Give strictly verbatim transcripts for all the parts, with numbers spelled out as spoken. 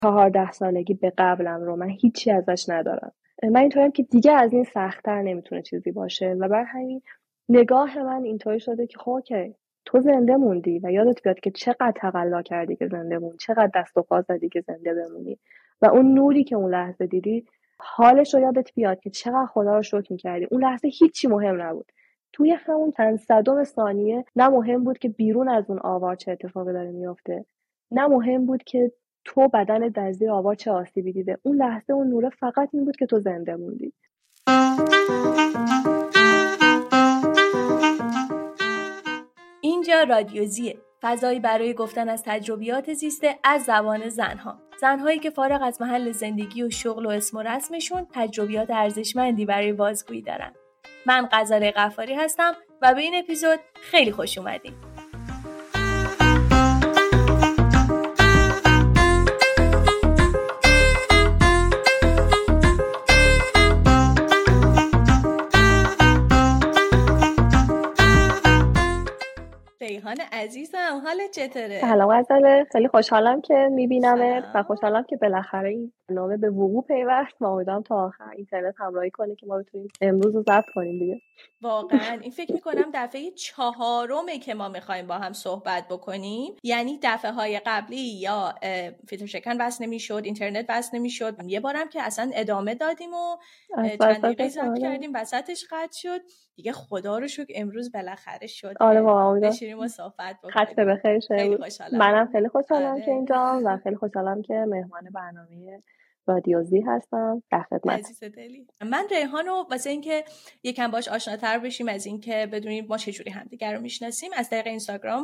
چهارده سالگی به قبلم رو من هیچی ازش ندارم. من اینطوریم که دیگه از این سخت‌تر نمیتونه چیزی باشه و بر همین نگاه من اینطوری شده که خب اوکی تو زنده موندی و یادت بیاد که چقدر تقلا کردی که زنده موندی، چقدر دست و پا زدی که زنده بمونی و اون نوری که اون لحظه دیدی حالش رو یادت بیاد که چقدر خدا رو شکر می‌کردی. اون لحظه هیچی مهم نبود. توی همون چند صدم ثانیه نه مهم بود که بیرون از اون آوار چه اتفاقی داره میفته، نه مهم بود که تو بدن در زیر آوار چه آسیبی دیده. اون لحظه اون نوره فقط این بود که تو زنده موندی. اینجا رادیو زیه، فضایی برای گفتن از تجربیات زیسته از زبان زنها. زنهایی که فارغ از محل زندگی و شغل و اسم و رسمشون تجربیات ارزشمندی برای بازگویی دارن. من غزاله غفاری هستم و به این اپیزود خیلی خوش اومدین. ریحان عزیزم، حالت چطوره؟ سلام غزاله، خیلی خوشحالم که میبینمت و خوشحالم که بالاخره این برنامه به وقوع پیوست و امیدوارم تا آخر اینترنت همراهی کنه که ما بتونیم امروز رو ضبط کنیم دیگه. واقعا این فکر میکنم دفعه چهارمه که ما میخوایم با هم صحبت بکنیم. یعنی دفعه های قبلی یا فیلتر شکن بس نمیشد، اینترنت بس نمیشد، یه بارم که اصلا ادامه دادیم و چند دقیقه ضبط کردیم وسطش قطع شد دیگه. خدا رو شکر امروز بالاخره شد. آره واقعا بشینیم و صحبت بکنیم. خط به خیر خیلی خوشحالم. منم خیلی خوشحالم آره. که اینجا و خیلی خوشحالم که مهمان برنامه رادیو زی هستم. در خدمت. عزیز دلی. من ریحانو واسه اینکه یکم باش آشناتر بشیم، از اینکه بدونیم ما چجوری همدیگر رو میشناسیم، از طریق اینستاگرام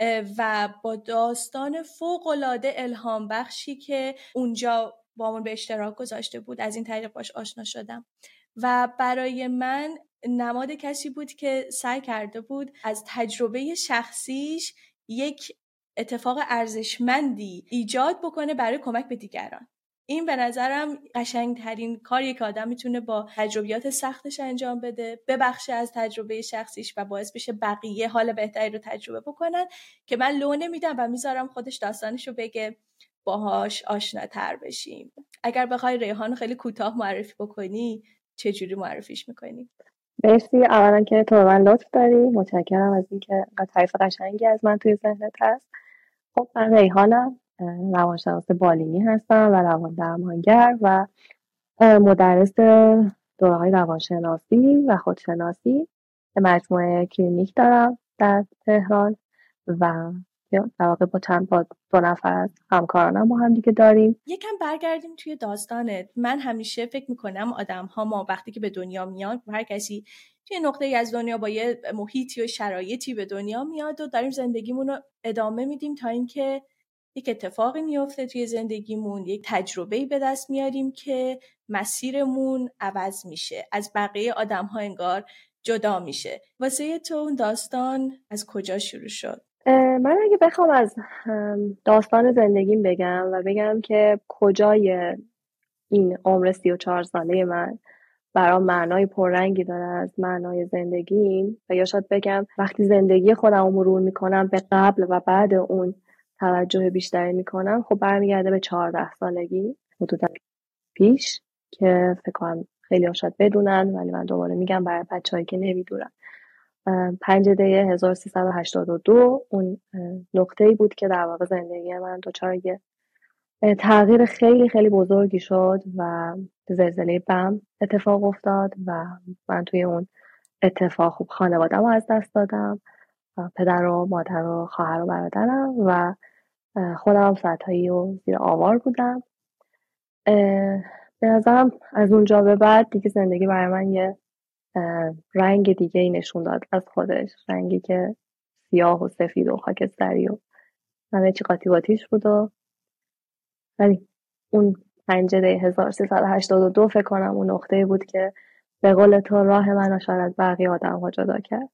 و با داستان فوق العاده الهام بخشی که اونجا با من به اشتراک گذاشته بود، از این طریق باش آشنا شدم و برای من نماد کسی بود که سعی کرده بود از تجربه شخصیش یک اتفاق ارزشمندی ایجاد بکنه برای کمک به دیگران. این به نظرم قشنگترین کاریه که آدم میتونه با تجربیات سختش انجام بده، ببخشه از تجربه شخصیش و باعث بشه بقیه حال بهتری رو تجربه بکنن، که من لو نمیدم و میذارم خودش داستانش رو بگه، باهاش آشناتر بشیم. اگر بخوای ریحان خیلی کوتاه معرفی بکنی چجوری معرفیش میکنی؟ مرسی. اولا که تو به من لطف داری، متشکرم از اینکه تعریف قشنگی از من توی ذهنت هست. خب من ریحانم، روانشناس بالینی هستم و روان درمانگر و مدرس دوره‌های روانشناسی و خودشناسی. مجموعه کلینیک دارم در تهران و در واقع با چند با دو نفر از همکارانم با هم دیگه داریم. یکم برگردیم توی داستانت. من همیشه فکر میکنم آدم ها ما وقتی که به دنیا میان، هر کسی توی نقطه‌ای از دنیا با یه محیطی و شرایطی به دنیا میاد و داریم زندگیمون رو ادامه میدیم تا اینکه یک اتفاقی میفته توی زندگیمون، یک تجربه‌ای به دست میاریم که مسیرمون عوض میشه، از بقیه آدم‌ها انگار جدا میشه. واسه تو اون داستان از کجا شروع شد؟ من اگه بخوام از داستان زندگیم بگم و بگم که کجای این عمر سی و چهار ساله من برام معنای پررنگی داره از معنای زندگیم، و یا شاید بگم وقتی زندگی خودم رو مرور میکنم به قبل و بعد اون توجه بیشتری میکنم، خب برمیگرده به چهارده سالگی حدودا پیش، که فکر کنم خیلی ها شاید بدونن ولی من دوباره میگم برای بچه‌هایی که نمیدونن. پنج دی هزار و سیصد و هشتاد و دو اون نقطه‌ای بود که در واقع زندگی من دچار یه تغییر خیلی خیلی بزرگی شد و زلزله بم اتفاق افتاد و من توی اون اتفاق خوب خانواده‌مو از دست دادم، پدر و مادر و خواهر و برادرم، و خودم ساعتایی و زیر آوار بودم. به نظرم از اونجا به بعد دیگه زندگی برای من یه رنگ دیگه ای نشون داد از خودش، رنگی که سیاه و سفید و خاکستری و همه چی قاطی قاطیش بود. و ولی اون پنجره هزار و سیصد و هشتاد و دو فکر کنم اون نقطه‌ای بود که به قول تو راه من شاید از بقیه آدم ها جدا کرد.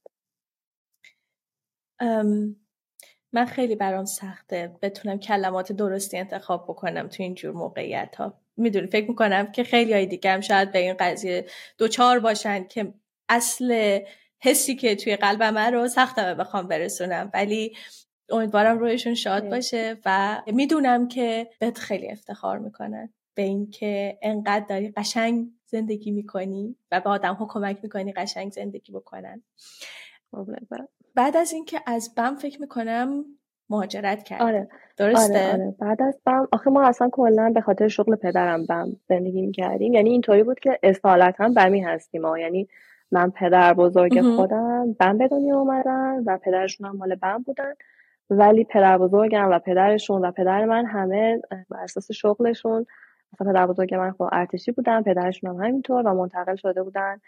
ام من خیلی برام سخته بتونم کلمات درستی انتخاب بکنم تو این جور موقعیت ها. میدونی فکر میکنم که خیلی های دیگه هم شاید به این قضیه دوچار باشن که اصل حسی که توی قلبم رو سختمه بخوام برسونم، ولی امیدوارم رویشون شاد باشه و میدونم که بهت خیلی افتخار میکنن به این که انقدر داری قشنگ زندگی میکنی و به آدم ها کمک میکنی قشنگ زندگی بکنن. بعد از این که از بم فکر میکنم مهاجرت کردی. آره. درسته؟ آره آره بعد از بم آخه ما اصلا کلا به خاطر شغل پدرم بم زندگی میکردیم، یعنی اینطوری بود که اصالتا بمی هستیم ها. یعنی من پدر بزرگ خودم بم به دنیا اومدن و پدرشون هم مال بم بودن، ولی پدر بزرگم و پدرشون و پدر من همه بر اساس شغلشون، مثلا پدر بزرگ من خب ارتشی بودن، پدرشون هم همینطور و منتقل شده بودن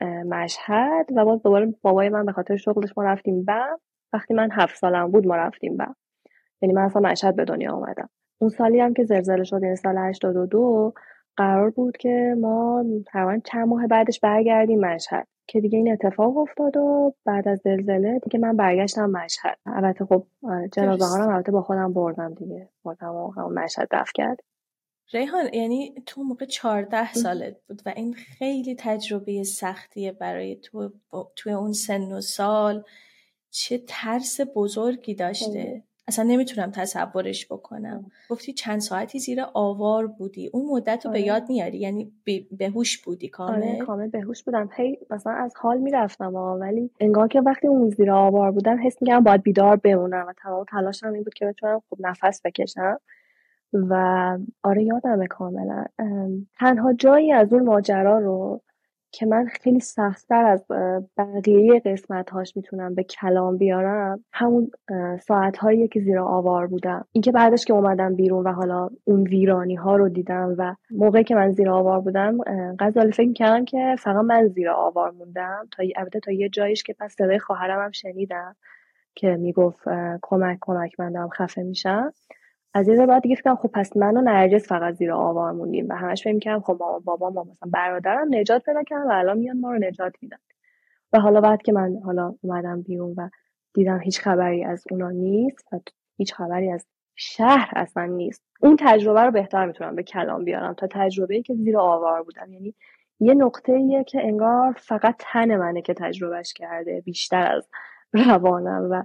مشهد و باز دوباره بابای من به خاطر شغلش ما رفتیم بم. وقتی من هفت سالم بود ما رفتیم بم، یعنی من اصلا مشهد به دنیا آمدم. اون سالی هم که زلزله شد، این سال هشتاد و دو، قرار بود که ما تقریبا چند ماه بعدش برگردیم مشهد که دیگه این اتفاق افتاد و بعد از زلزله دیگه من برگشتم مشهد. البته خب جنازه ها رو البته با خودم بردم دیگه، بردم و همون مشهد دفن کردیم. ریحان یعنی تو موقع چهارده سالت بود و این خیلی تجربه سختیه برای تو توی اون سن و سال. چه ترس بزرگی داشته، اصلا نمیتونم تصورش بکنم. گفتی چند ساعتی زیر آوار بودی، اون مدت رو به یاد میاری؟ یعنی بهوش بودی کامل؟ آره کامل بهوش بودم. هی مثلا از حال میرفتم ولی انگار که وقتی اون زیر آوار بودم حس میکردم باید بیدار بمونم و تمام تلاشم این بود که بتونم خوب نفس بکشم. و آره یادمه کاملا. تنها جایی از اون ماجرا رو که من خیلی سخت‌تر از بقیه قسمت‌هاش میتونم به کلام بیارم همون ساعت‌هایی که زیر آوار بودم. اینکه بعدش که اومدم بیرون و حالا اون ویرانی‌ها رو دیدم و موقعی که من زیر آوار بودم غزالی فکر می‌کردم که فقط من زیر آوار موندم، تا البته تا یه جاییش که پس صدای خواهرم هم شنیدم که میگفت کمک کمک من دارم خفه میشم. از یه بعد دیگه فکرم خب پس من و نرجس فقط زیر آوار موندیم و همش فکر می‌کردم خب مامان بابا ما مثلا برادرم نجات پیدا کردن و الان میان ما رو نجات میدن. و حالا بعد که من حالا اومدم بیرون و دیدم هیچ خبری از اونا نیست و هیچ خبری از شهر اصلا نیست، اون تجربه رو بهتر میتونم به کلام بیارم تا تجربه‌ای که زیر آوار بودم. یعنی یه نقطه‌ایه که انگار فقط تن منه که تجربهش کرده بیشتر از روانم و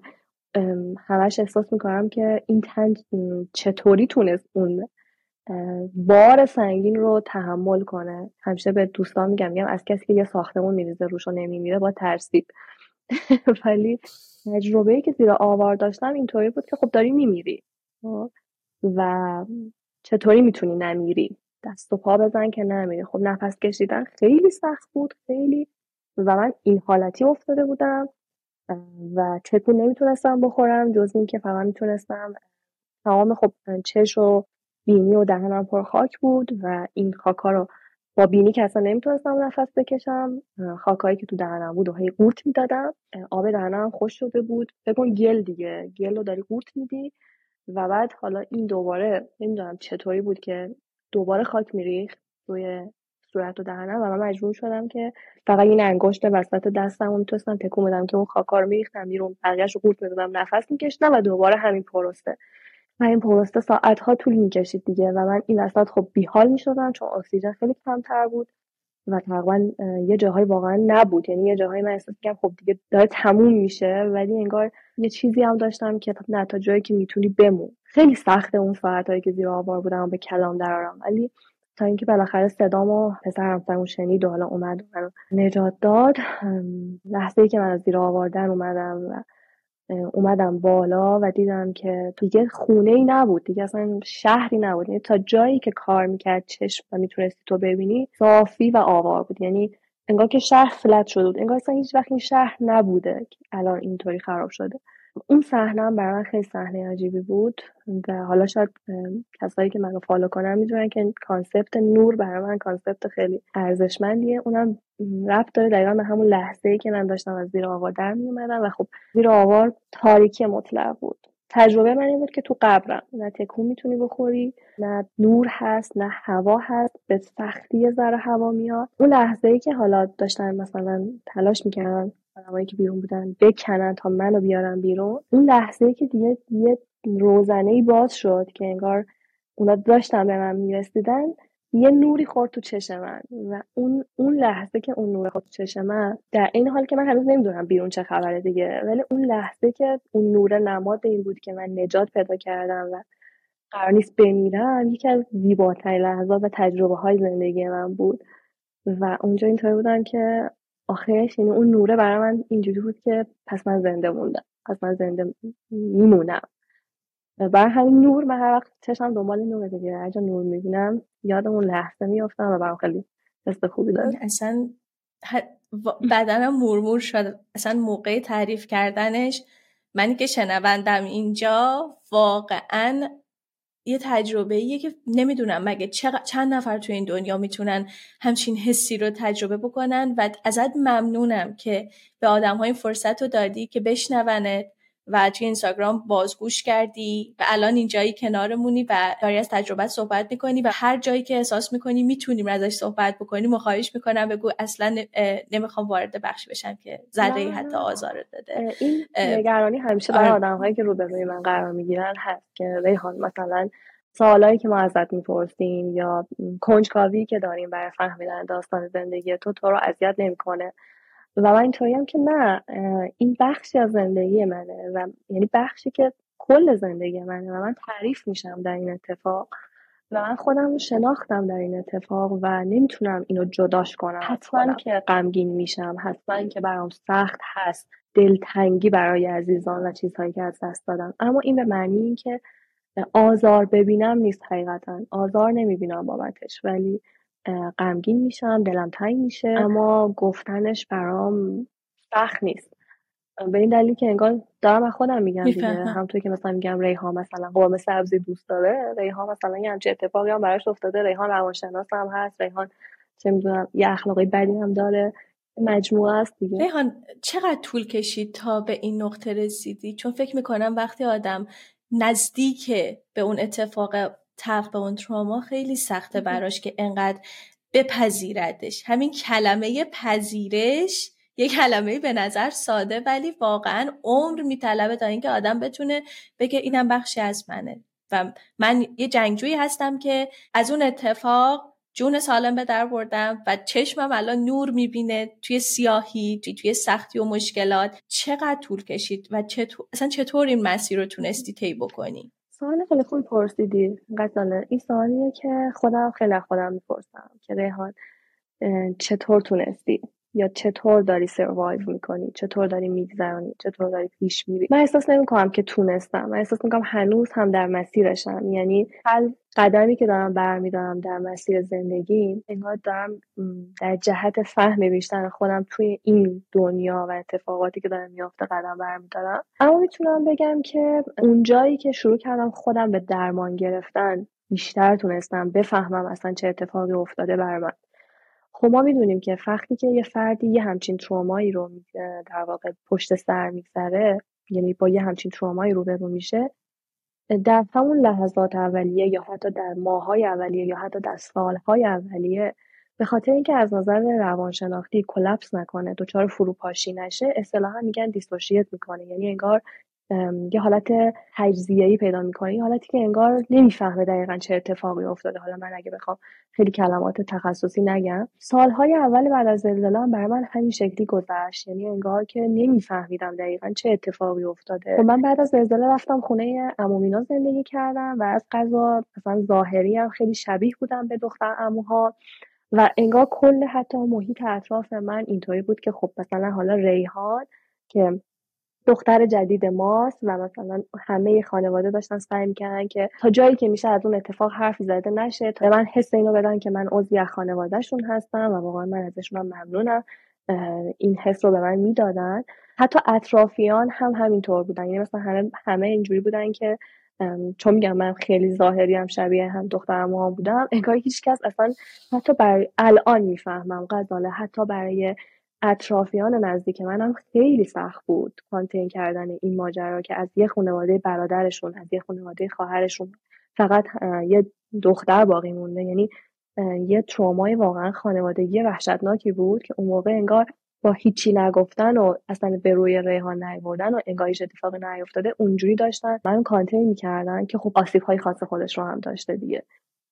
همش احساس میکنم که این تن چطوری تونست اون بار سنگین رو تحمل کنه. همیشه به دوستان میگم میگم از کسی که یه ساختمون میریزه روش و نمیمیره با ترسید. ولی تجربه‌ای که زیر آوار داشتم اینطوری بود که خب داری میمیری و چطوری میتونی نمیری، دست و پا بزن که نمیری. خب نفس کشیدن خیلی سخت بود خیلی، و من این حالتی افتاده بودم و تکون نمیتونستم بخورم جز این که فقط میتونستم تمام خب چش و بینی و دهنم پر خاک بود و این خاکا رو با بینی که اصلا نمیتونستم نفس بکشم، خاکایی که تو دهنم بود و هی قورت میدادم، آب دهنم خوش شده بود، بگون گل دیگه، گل رو داری قورت میدی و بعد حالا این دوباره نمیدونم چطوری بود که دوباره خاک میریخت روی صورت و دهنم و من مجبور شدم که فقط این انگشت وسط دستم رو میتونستم تکون بدم که اون خاکا رو میریختم بیرون، بقیه‌اش رو قورت میدادم، نفس میکشیدم و دوباره همین پروسه و این پروسه ساعت‌ها طول میکشید دیگه و من این وسط خب بیحال میشدم چون اکسیژن خیلی کمتر بود و تقریبا یه جاهای واقعا نبود. یعنی یه جاهای من احساس می‌کردم خب دیگه داره تموم میشه ولی انگار یه چیزی هم داشتم که نه تا جایی که میتونی بمون. خیلی سخته اون ساعتایی که زیر آوار بودم به کلام درارم، ولی تا اینکه بالاخره صدامو پسرم همسرمون شنید و حالا اومد و منو نجات داد. لحظه‌ای که من از زیر آوار در اومدم و اومدم بالا و دیدم که دیگه خونه ای نبود دیگه، اصلا شهری نبود، یعنی تا جایی که کار میکرد چشم و میتونستی تو ببینی صافی و آوار بود. یعنی انگار که شهر فلت شده بود، انگار اصلا هیچ وقت این شهر نبوده که الان اینطوری خراب شده. اون صحنه هم برای من خیلی صحنه عجیبی بود و حالا شاید کسایی که منو فالو کنن میدونن که کانسپت نور برای من کانسپت خیلی ارزشمندیه. اونم ربط داره دقیقا به همون لحظه‌ای که من داشتم از زیر آوار در میومدم و خب زیر آوار تاریکی مطلق بود. تجربه من این بود که تو قبرم نه تکون میتونی بخوری، نه نور هست، نه هوا هست، به سختی یه ذره هوا میاد. اون لحظه‌ای که حالا داشتن مثلا تلاش میکردن آدمایی که بیرون بودن بکنن تا منو بیارن بیرون، اون لحظه‌ای که دیگه یه روزنه‌ای باز شد که انگار اونا داشتن به من میرسیدن، یه نوری خورد تو چشم من و اون اون لحظه که اون نور خورد تو چشم من، در این حال که من هنوز نمیدونم بیرون چه خبره دیگه، ولی اون لحظه که اون نور نماد این بود که من نجات پیدا کردم و قرار نیست بمیرم، یکی از زیباترین لحظات و تجربه های زندگی من بود. و اونجا اینطوری بودم که آخرش، یعنی اون نوره برای من اینجوری بود که پس من زنده موندم، پس من زنده میمونم. برای همین نور من هر وقت چشم دنبال نور دیگه، هر جا نور میبینم یاد اون لحظه میافتم و برام خیلی حس خوبی داره. اصلا بدنم مورمور شد اصلا موقع تعریف کردنش. منی که شنوندم اینجا واقعا یه تجربه ایه که نمیدونم مگه چند نفر تو این دنیا میتونن همچین حسی رو تجربه بکنن. و ازت ممنونم که به آدم های فرصت رو دادی که بشنونت و توی اینستاگرام بازگوش کردی و الان اینجایی کنارمونی و داری از تجربت صحبت میکنی و هر جایی که احساس میکنی میتونیم ازش صحبت بکنیم و خواهش میکنم بگو. اصلا نمیخوام وارد بخش بشم که ذره حتی آزارت داده. این نگرانی همیشه برای آدم‌هایی که روبروی من قرار میگیرن هست که ریحان مثلا سوالایی که ما ازت میپرسیم یا کنجکاوی که داریم برای فهمیدن داستان زندگی تو تو رو اذیت نمیکنه. و من اینطوریم که نه، این بخشی از زندگی منه و یعنی بخشی که کل زندگی منه و من تعریف میشم در این اتفاق و من خودم رو شناختم در این اتفاق و نمیتونم اینو جداش کنم. حتما که غمگین میشم، حتما که برام سخت هست، دلتنگی برای عزیزان و چیزهایی که از دست دادم، اما این به معنی این که آزار ببینم نیست. حقیقتا آزار نمیبینم بابتش، ولی غمگین میشم، دلم تنگ میشه، اما گفتنش برام سخت نیست. به این دلیل که انگار دارم از خودم میگم دیگه. همونطور که مثلا میگم ریحان مثلا قرمه سبزی دوست داره، ریحان مثلا یه همچین اتفاقی هم براش افتاده، ریحان روانشناس هم هست، ریحان چه میدونم یه اخلاقی بدی هم داره، مجموعه است دیگه. ریحان چقدر طول کشید تا به این نقطه رسیدی؟ چون فکر میکنم وقتی آدم نزدیک به اون اتفاق تلخ، به اون تروما، خیلی سخته براش که انقدر بپذیردش. همین کلمه پذیرش یه کلمه به نظر ساده ولی واقعا عمر میطلبه تا اینکه آدم بتونه بگه اینم بخشی از منه. و من یه جنگجویی هستم که از اون اتفاق جون سالم به در بردم و چشمم الان نور میبینه توی سیاهی، توی, توی سختی و مشکلات. چقدر طول کشید و چطور اصلا چطور این مسیر رو تونستی طی بکنی؟ سوال خیلی خوبی پرسیدی. قطعاً این سوالیه که خودم خیلی خودم میپرسم که ریحان چطور تونستی، یا چطور داری سروایو میکنی، چطور داری میگذرانی، چطور داری پیش میری. من احساس نمیکنم که تونستم، من احساس میکنم هنوز هم در مسیرشم. یعنی هر قدمی که دارم برمیدارم در مسیر زندگی، انگار دارم در جهت فهم بیشتر خودم توی این دنیا و اتفاقاتی که دارم میافته قدم برمیدارم. اما میتونم بگم که اون جایی که شروع کردم خودم به درمان گرفتن، بیشتر تونستم بفهمم اصلا چه اتفاقی افتاده بر من. خب ما میدونیم که وقتی که یه فردی یه همچین ترومایی رو در واقع پشت سر میگذره، یعنی با یه همچین ترومایی روبرو میشه، در همون لحظات اولیه یا حتی در ماه‌های اولیه یا حتی در سال‌های اولیه، به خاطر اینکه از نظر روانشناختی کلاپس نکنه، دچار فروپاشی نشه، اصطلاحاً میگن دیسوشییت میکنه. یعنی انگار یه حالت تجزیه‌ای پیدا میکنه، یه حالتی که انگار نمیفهمه دقیقاً چه اتفاقی افتاده. حالا من اگه بخوام خیلی کلمات تخصصی نگم، سالهای اول بعد از زلزله هم برای من همین شکلی گذشت. یعنی انگار که نمیفهمیدم دقیقاً چه اتفاقی افتاده. من بعد از زلزله رفتم خونه عمومینا زندگی کردم و از قضا مثلا ظاهری هم خیلی شبیه بودم به دختر عموها و انگار کل حتی محیط اطراف من اینطوری بود که خب مثلا حالا ریحان که دختر جدید ماست و مثلا همه خانواده داشتن سعی می‌کردن که تا جایی که میشه از اون اتفاق حرف زده نشه، تا من حس اینو بدن که من عضوی از خانوادهشون هستم و واقعا من ازشون ممنونم. این حس رو به من میدادن. حتی اطرافیان هم همینطور بودن. یعنی مثلا همه همه اینجوری بودن که چون میگم من خیلی ظاهری هم شبیه هم دخترم ها بودم، انگار هیچ کس اصلا حتی برای الان میفهمم غزاله حتی برای اطرافیان نزدیک منم خیلی سخت بود کانتین کردن این ماجرا که از یه خانواده برادرشون، از یه خانواده خواهرشون فقط یه دختر باقی مونده. یعنی یه ترومای واقعا خانوادگی وحشتناکی بود که اون موقع انگار با هیچی نگفتن و اصلا به روی ریحان نیاوردن و انگار هیچ اتفاقی نیافتاده اونجوری داشتن منو کانتین می‌کردن که خب آسیب‌های خاص خودش رو هم داشته دیگه.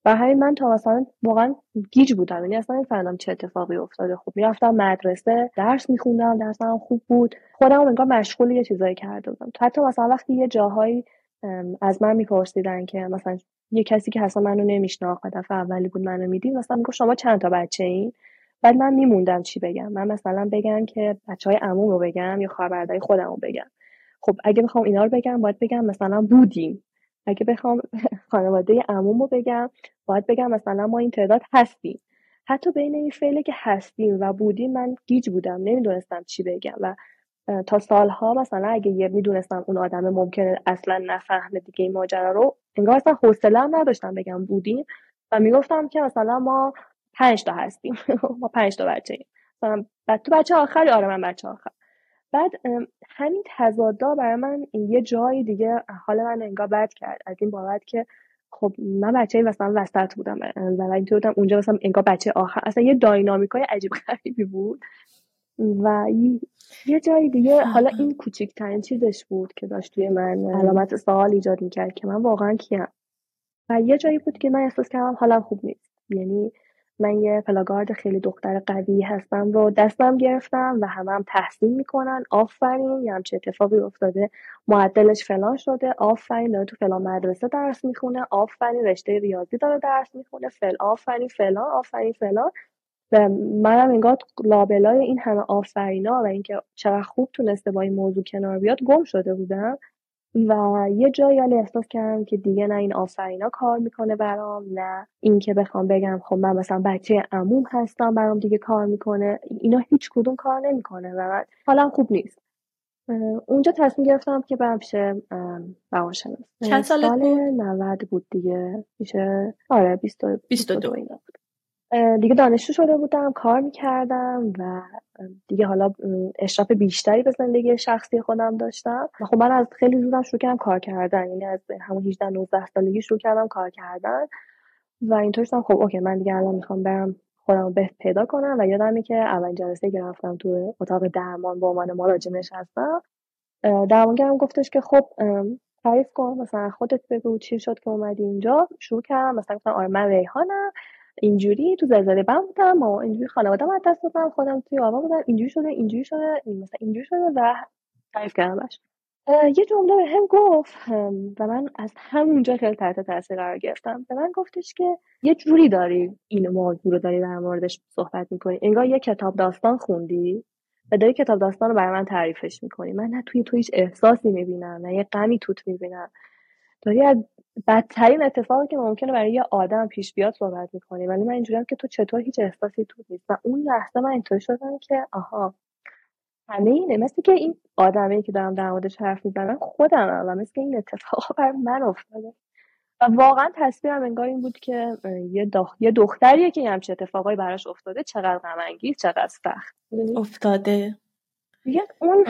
و همین من تا مثلا واقعا گیج بودم، یعنی اصلا نمی‌فهمیدم چه اتفاقی افتاده. خب میرفتم مدرسه، درس میخوندم، درسم خوب بود، خودم انگار مشغول یه چیزایی کرده بودم. حتی مثلا وقتی یه جاهایی از من میپرسیدن که مثلا یه کسی که اصلا منو نمیشناخت، دفعه اولی بود منو میدید، مثلا میگفت شما چند تا بچه این؟ بعد من میموندم چی بگم. من مثلا بگم که بچهای عموم رو بگم یا خواهر برادرای خودم رو بگم؟ خب اگه بخوام اینا رو بگم باید بگم مثلا بودیم. اگه بخوام خانواده عموم رو بگم باید بگم مثلا ما این تعداد هستیم. حتی بین این فعلی که هستیم و بودیم من گیج بودم، نمیدونستم چی بگم. و تا سالها مثلا اگه یه میدونستم اون آدم ممکنه اصلا نفهمه دیگه این ماجرا رو، انگار اصلا حوصله هم نداشتم بگم بودیم و میگفتم که مثلا ما پنج تا هستیم ما پنج تا بچه ایم. مثلا بعد تو بچه آخری؟ آره من بچه آخر. بعد همین تضادا برای من یه جایی دیگه حال من انگار بد کرد، از این بابت که خب من بچه مثلا وسط بودم و اینطور بودم اونجا مثلا انگار بچه آخر. اصلا یه داینامیکای عجیب غریبی بود. و یه جایی دیگه حالا این کوچکترین چیزش بود که داشت توی من علامت سوال ایجاد میکرد که من واقعا کیم. و یه جایی بود که من احساس کردم حالم خوب نیست. یعنی من یه پلاگارد خیلی دختر قوی هستم رو دستم گرفتم و همه هم تحسین میکنن آفرین یه همچه اتفاقی افتاده، معدلش فلان شده، آفرین داره تو فلان مدرسه درس میخونه، آفرین رشته ریاضی داره درس میخونه، فل آفرین فلان آفرین فلان. و منم انگار لابلای این همه آفرینا و اینکه چقدر خوب تونسته با این موضوع کنار بیاد گم شده بودم. و یه جایی ولی احساس کردم که دیگه نه این آفرینا کار میکنه برام، نه این که بخوام بگم خب من مثلا بچه عموم هستم برام دیگه کار میکنه. اینا هیچ کدوم کار نمیکنه و من حالم خوب نیست. اونجا تصمیم گرفتم که برم پیش روانشناس. چند سالت بود؟ نود بود دیگه، میشه آره بیست و دو اینا بود. دیگه دانشجو شده بودم، کار میکردم و دیگه حالا اشراف بیشتری به زندگی شخصی خودم داشتم. و خب من از خیلی زودم شروع کردم کار کردن، یعنی از همون هجده نوزده سالگی شروع کردم کار کردن و اینطور شدم خب اوکی من دیگه الان میخوام برم خودم رو بهتر پیدا کنم. و یادمه که اول جلسه که رفتم تو اتاق درمان با عنوان مراجع نشستم، درمانگرم گفتش که خب تعریف کن مثلا خودت بگو چی شد که اومدی اینجا. شروع کردم مثلا گفتم آره من ریحانم، اینجوری تو زلزله بم بودم، ما اینجوری خانواده‌ام از دست دادم، خودم توی آوا بودم، اینجوری شده اینجوری شده مثلا اینجوری شده و تعریف کردم باش. یه جمله به هم گفت و من از همونجا خیلی تحت تاثیر قرار گرفتم. به من گفتش که یه جوری داری این موضوع رو داری در موردش صحبت میکنی، انگار یه کتاب داستان خوندی و داری کتاب داستان رو برای من تعریفش میکنی. من نه توی تو هیچ احساسی میبینم نه یه غمی توت میبینم، داری از بدترین اتفاقی که ممکنه برای یه آدم پیش بیاد صحبت میکنی، ولی من اینجوریم که تو چطور هیچ احساسی توت نیست. و اون لحظه من اینطور شدم که آها همه اینه، مثل که این آدمی که دارم در موردش حرف میزنم خودمم و مثل که این اتفاق بر من افتاده. و واقعا تصویرم انگار این بود که یه, دخ... یه دختریه که همچه اتفاقایی براش افتاده، چقدر غم انگیز، چقدر سخت افتاده. دیگه اون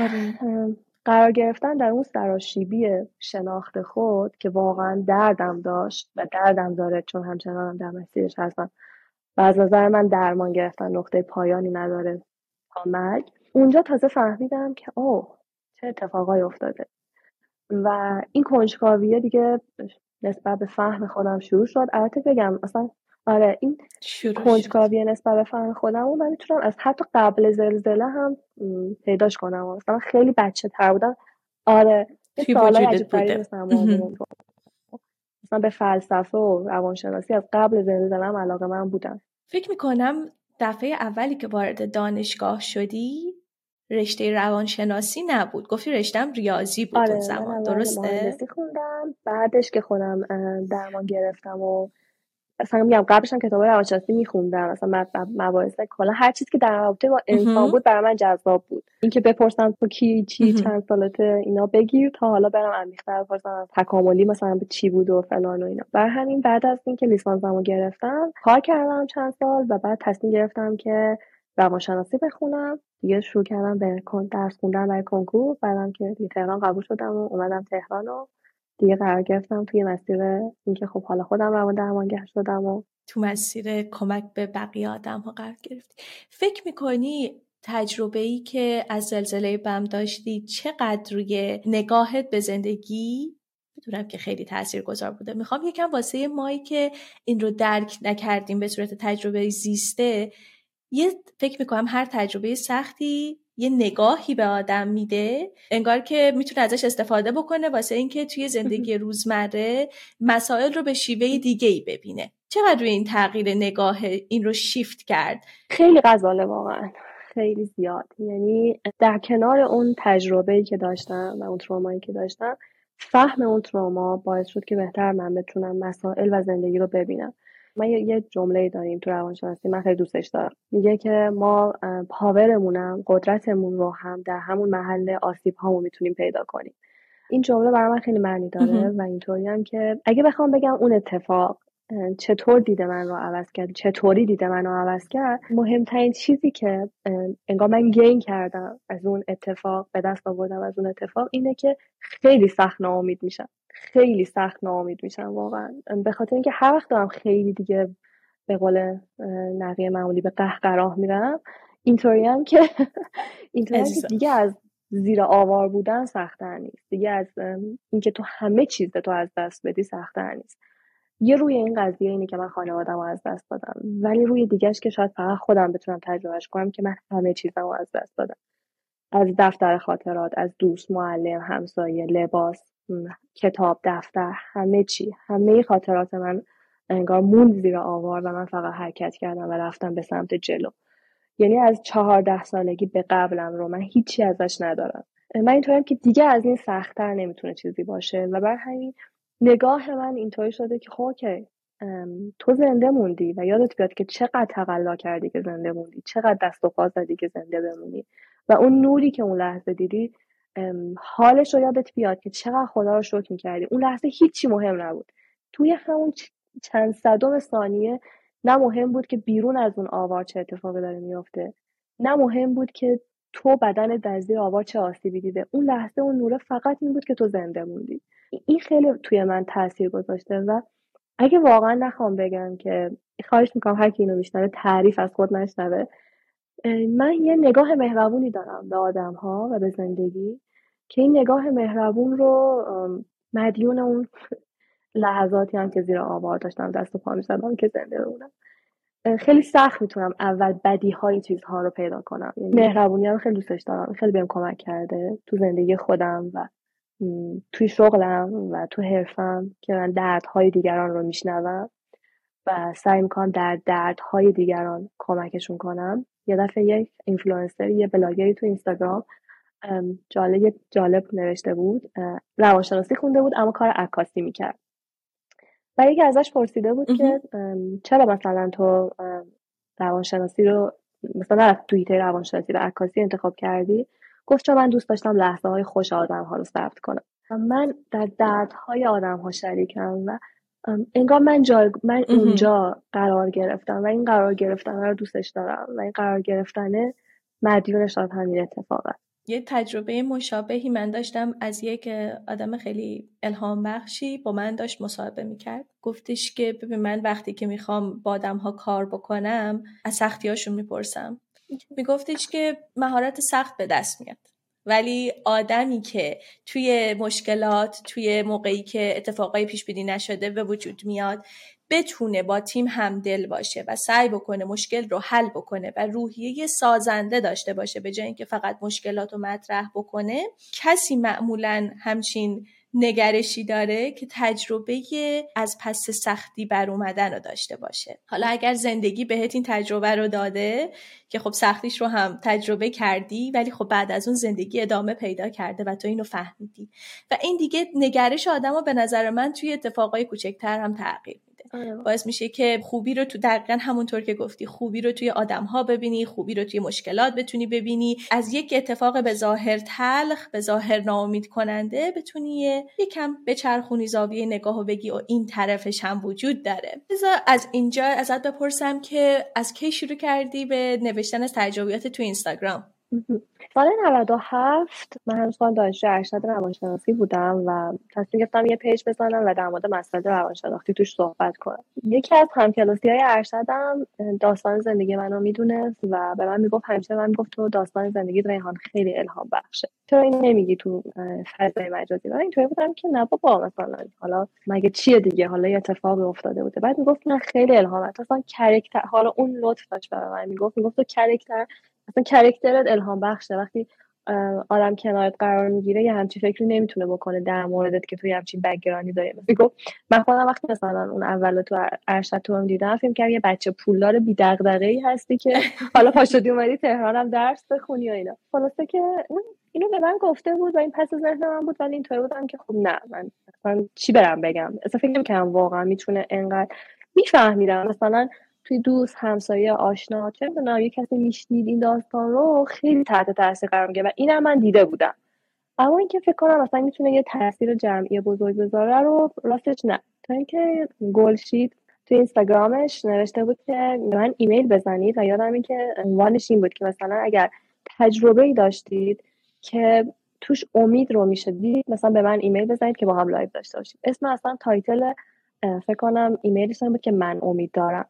قرار گرفتن در اون سراشیبی شناخت خود که واقعا دردم داشت و دردم داره چون همچنان در مسیرش هستم و از نظر من درمان گرفتن نقطه پایانی نداره تا مرگ. اونجا تازه فهمیدم که اوه چه اتفاقایی افتاده و این کنجکاویه دیگه نسبت به فهم خودم شروع شد. البته بگم اصلا آره این کنجکاویه نسبت به فهم خودم و من میتونم از حتی قبل زلزله هم پیداش کنم. اصلا خیلی بچه تر بودم آره یه سوالای عجیب غریب مثلا مثلا به فلسفه و روانشناسی از قبل زلزله هم علاقه من بودم. فکر میکنم دفعه اولی که وارد دانشگاه شدی رشته روانشناسی نبود، گفتی رشته‌ام ریاضی بود. آره اون زمان من درسته؟ مهندسی خوندم، بعدش که خودم درمان گرفتم و اصلا میگم قبلش هم کتاب روانشناسی میخوندم، مثلا مباحث کلا هر چیزی که در رابطه با انسان بود برای من جذاب بود. اینکه بپرسم تو کی چی چند سالته اینا بگیر تا حالا برم عمیق‌تر بپرسم تکاملی مثلا به چی بود و فلان و اینا. برای همین بعد از اینکه لیسانسمو گرفتم کار کردم چند سال و بعد تصمیم گرفتم که روانشناسی بخونم. دیگه شروع کردم به درس خوندن برای کنکور. بعدم که دیگه تهران قبول شدم و اومدم تهران و دیگه قرار گرفتم توی مسیر اینکه خب حالا خودم روان درمانگر شدم و تو مسیر کمک به بقیه آدم‌ها قرار گرفتی. فکر می‌کنی تجربه‌ای که از زلزله بم داشتی چقدر روی نگاهت به زندگی میدونم که خیلی تاثیرگذار بوده. میخوام یکم واسه مایی که این رو درک نکردیم به صورت تجربه زیسته، یه فکر میکنم هر تجربه سختی یه نگاهی به آدم میده، انگار که میتونه ازش استفاده بکنه واسه اینکه توی زندگی روزمره مسائل رو به شیوه دیگه‌ای ببینه. چقدر روی این تغییر نگاه این رو شیفت کرد؟ خیلی غزاله واقعا، خیلی زیاد. یعنی در کنار اون تجربه‌ای که داشتم و اون ترومایی که داشتم، فهم اون تروما باعث شد که بهتر من بتونم مسائل و زندگی رو ببینم. ما یه جمله‌ای داریم تو روانشناسی، من خیلی دوستش دارم، میگه که ما پاورمونم، قدرتمون رو هم در همون محل آسیب هامون میتونیم پیدا کنیم. این جمله برای من خیلی معنی داره و اینطوری هم که اگه بخوام بگم اون اتفاق چطور دیده من رو عوض کرد، چطوری دیده من رو عوض کرد، مهمترین چیزی که انگار من گین کردم از اون اتفاق، به دست آوردم از اون اتفاق، اینه که خیلی سخت ناامید میشم. خیلی سخت ناامید میشم واقعا، به خاطر اینکه هر وقت دارم خیلی دیگه به قول نقیه معمولی به قهقراه میرم، اینطوری هم که اینطوری هم که دیگه از زیر آوار بودن سخت‌تر نیست، دیگه از اینکه تو همه چیز تو از دست بدی سخت‌تر نیست. یه روی این قضیه اینه که من خانواده‌مو از دست دادم، ولی روی دیگه‌اش که شاید فقط خودم بتونم تجربهش کنم که من همه چیزمو از دست دادم. از دفتر خاطرات، از دوست، معلم، همسایه، لباس، کتاب، دفتر، همه چی، همه خاطرات من انگار موند زیر آوار و من فقط حرکت کردم و رفتم به سمت جلو. یعنی از چهارده سالگی به قبلم رو من هیچی ازش ندارم. من اینطوریم که دیگه از این سخت‌تر نمیتونه چیزی باشه و بر همین نگاه من اینطوری شده که خب اوکی، تو زنده موندی و یادت بیاد که چقدر تقلا کردی که زنده موندی، چقدر دست و پا زدی که زنده بمونی و اون نوری که اون لحظه دیدی، حالش رو یادت بیاد که چقدر خدا رو شکر می‌کردی. اون لحظه هیچی مهم نبود، توی همون چند صدم ثانیه نه مهم بود که بیرون از اون آوار چه اتفاقی داره میفته، نه مهم بود که تو بدن در زیر آوار چه آسیبی دیده. اون لحظه اون نوره فقط این بود که تو زنده موندی. این خیلی توی من تاثیر گذاشته و اگه واقعا نخوام بگم که خواهش میکنم هر کی اینو میشنوه تعریف از خود نشنوه، من یه نگاه مهربونی دارم به آدم‌ها و به زندگی که این نگاه مهربون رو مدیون اون لحظاتی هم که زیر آوار داشتم دست و پا می‌زدم که زنده بمونم. خیلی سخت میتونم اول بدیهای چیزها رو پیدا کنم. یعنی مهربونی رو خیلی دوستش دارم، خیلی بهم کمک کرده تو زندگی خودم و توی شغلم و تو حرفم که من دردهای دیگران رو میشنوم و سعی میکنم در دردهای دیگران کمکشون کنم. یه دفعه یک اینفلوئنسر، یه بلاگری تو اینستاگرام جالب جالب نوشته بود، روانشناسی خونده بود اما کار عکاسی میکرد و یکی ازش پرسیده بود که چرا مثلا تو روانشناسی رو مثلا توی روانشناسی و عکاسی انتخاب کردی؟ گفت چون من دوست داشتم لحظه های خوش آدم ها رو ثبت کنم و من در دردهای آدم ها شریکم و انگار من جای من اونجا قرار گرفتم و این قرار گرفتن رو دوستش دارم و این قرار گرفتنه مدیونش از همین اتفاقه. یه تجربه مشابهی من داشتم از یک آدم خیلی الهام بخشی، با من داشت مصاحبه میکرد. گفتش که ببین من وقتی که میخوام با آدم ها کار بکنم از سختی هاشون میپرسم. میگفتش که مهارت سخت به دست میاد، ولی آدمی که توی مشکلات، توی موقعی که اتفاقای پیش بینی نشده به وجود میاد بتونه با تیم همدل باشه و سعی بکنه مشکل رو حل بکنه و روحیه سازنده داشته باشه به جای اینکه فقط مشکلات رو مطرح بکنه، کسی معمولاً همچین نگرشی داره که تجربه از پس سختی بر اومدن رو داشته باشه. حالا اگر زندگی بهت این تجربه رو داده که خب سختیش رو هم تجربه کردی، ولی خب بعد از اون زندگی ادامه پیدا کرده و تو اینو فهمیدی و این دیگه نگرش آدم رو به نظر من توی اتفاقای کوچکتر هم تغییر میده. باعث میشه که خوبی رو تو دقیقاً همونطور که گفتی خوبی رو توی آدم‌ها ببینی، خوبی رو توی مشکلات بتونی ببینی، از یک اتفاق به ظاهر تلخ، به ظاهر ناامید کننده بتونی یکم بچرخونی زاویه نگاهو بگی و این طرفش هم وجود داره. بذار از اینجا ازت بپرسم که از کی شروع کردی به نوشتن از تجربیات تو اینستاگرام؟ سال نود و هفت من هنوز سال دانشجو ارشد روانشناسی بودم و تصمیم گرفتم یه پیج بزنم و در مورد مسائل روانشناختی توش صحبت کنم. یکی از همکلاسی‌های ارشدم داستان زندگی منو میدونست و به من میگفت، همیشه من میگفت تو داستان زندگی ریحان خیلی الهام بخشه، چرا این نمیگی تو فضای مجازی؟ من اینطوری بودم که نه بابا، مثلا حالا مگه چیه دیگه، حالا یه اتفاقی افتاده بوده. بعد میگفت نه خیلی الهامت، اصلا کاراکتر، حالا اون لطف داشت برای من، میگفت میگفت تو کاراکتر اصلا کاراکترت الهام بخشه. وقتی آدم کنارت قرار میگیره یه همچین فکری نمیتونه بکنه در موردت که توی همچین بک‌گراندی داری. میگم من خودم وقتی مثلا اون اول تو ارشد تو هم دیدم، فکر کردم یه بچه پولدار بی دغدغه‌ای هستی که حالا پاشدی اومدی تهرانم درس بخونی و اینا. خلاصه که اون اینو به من گفته بود و این پس ذهن من بود، ولی اینطوری بودم که خب نه، من مثلا چی برم بگم، اصلا فکر نمی‌کردم واقعا میتونه انقدر میفهمیدم مثلا توی دوست، همسایه، آشنا، چه می‌دونم یه کسی میشنید این داستان رو خیلی تحت تاثیر قرار میگیره و اینم من دیده بودم. اما اینکه فکر کنم مثلا میتونه یه تاثیر جمعی بزرگ بذاره رو راستش نه. تا اینکه گلشید توی اینستاگرامش نوشته بود که من ایمیل بزنید و یادم این که عنوانش این بود که مثلا اگر تجربه‌ای داشتید که توش امید رو میشه دید، مثلا به من ایمیل بزنید که با هم لایو داشته باشیم. اسم اصلا تایتل فکر کنم ایمیلش بود که من امید دارم.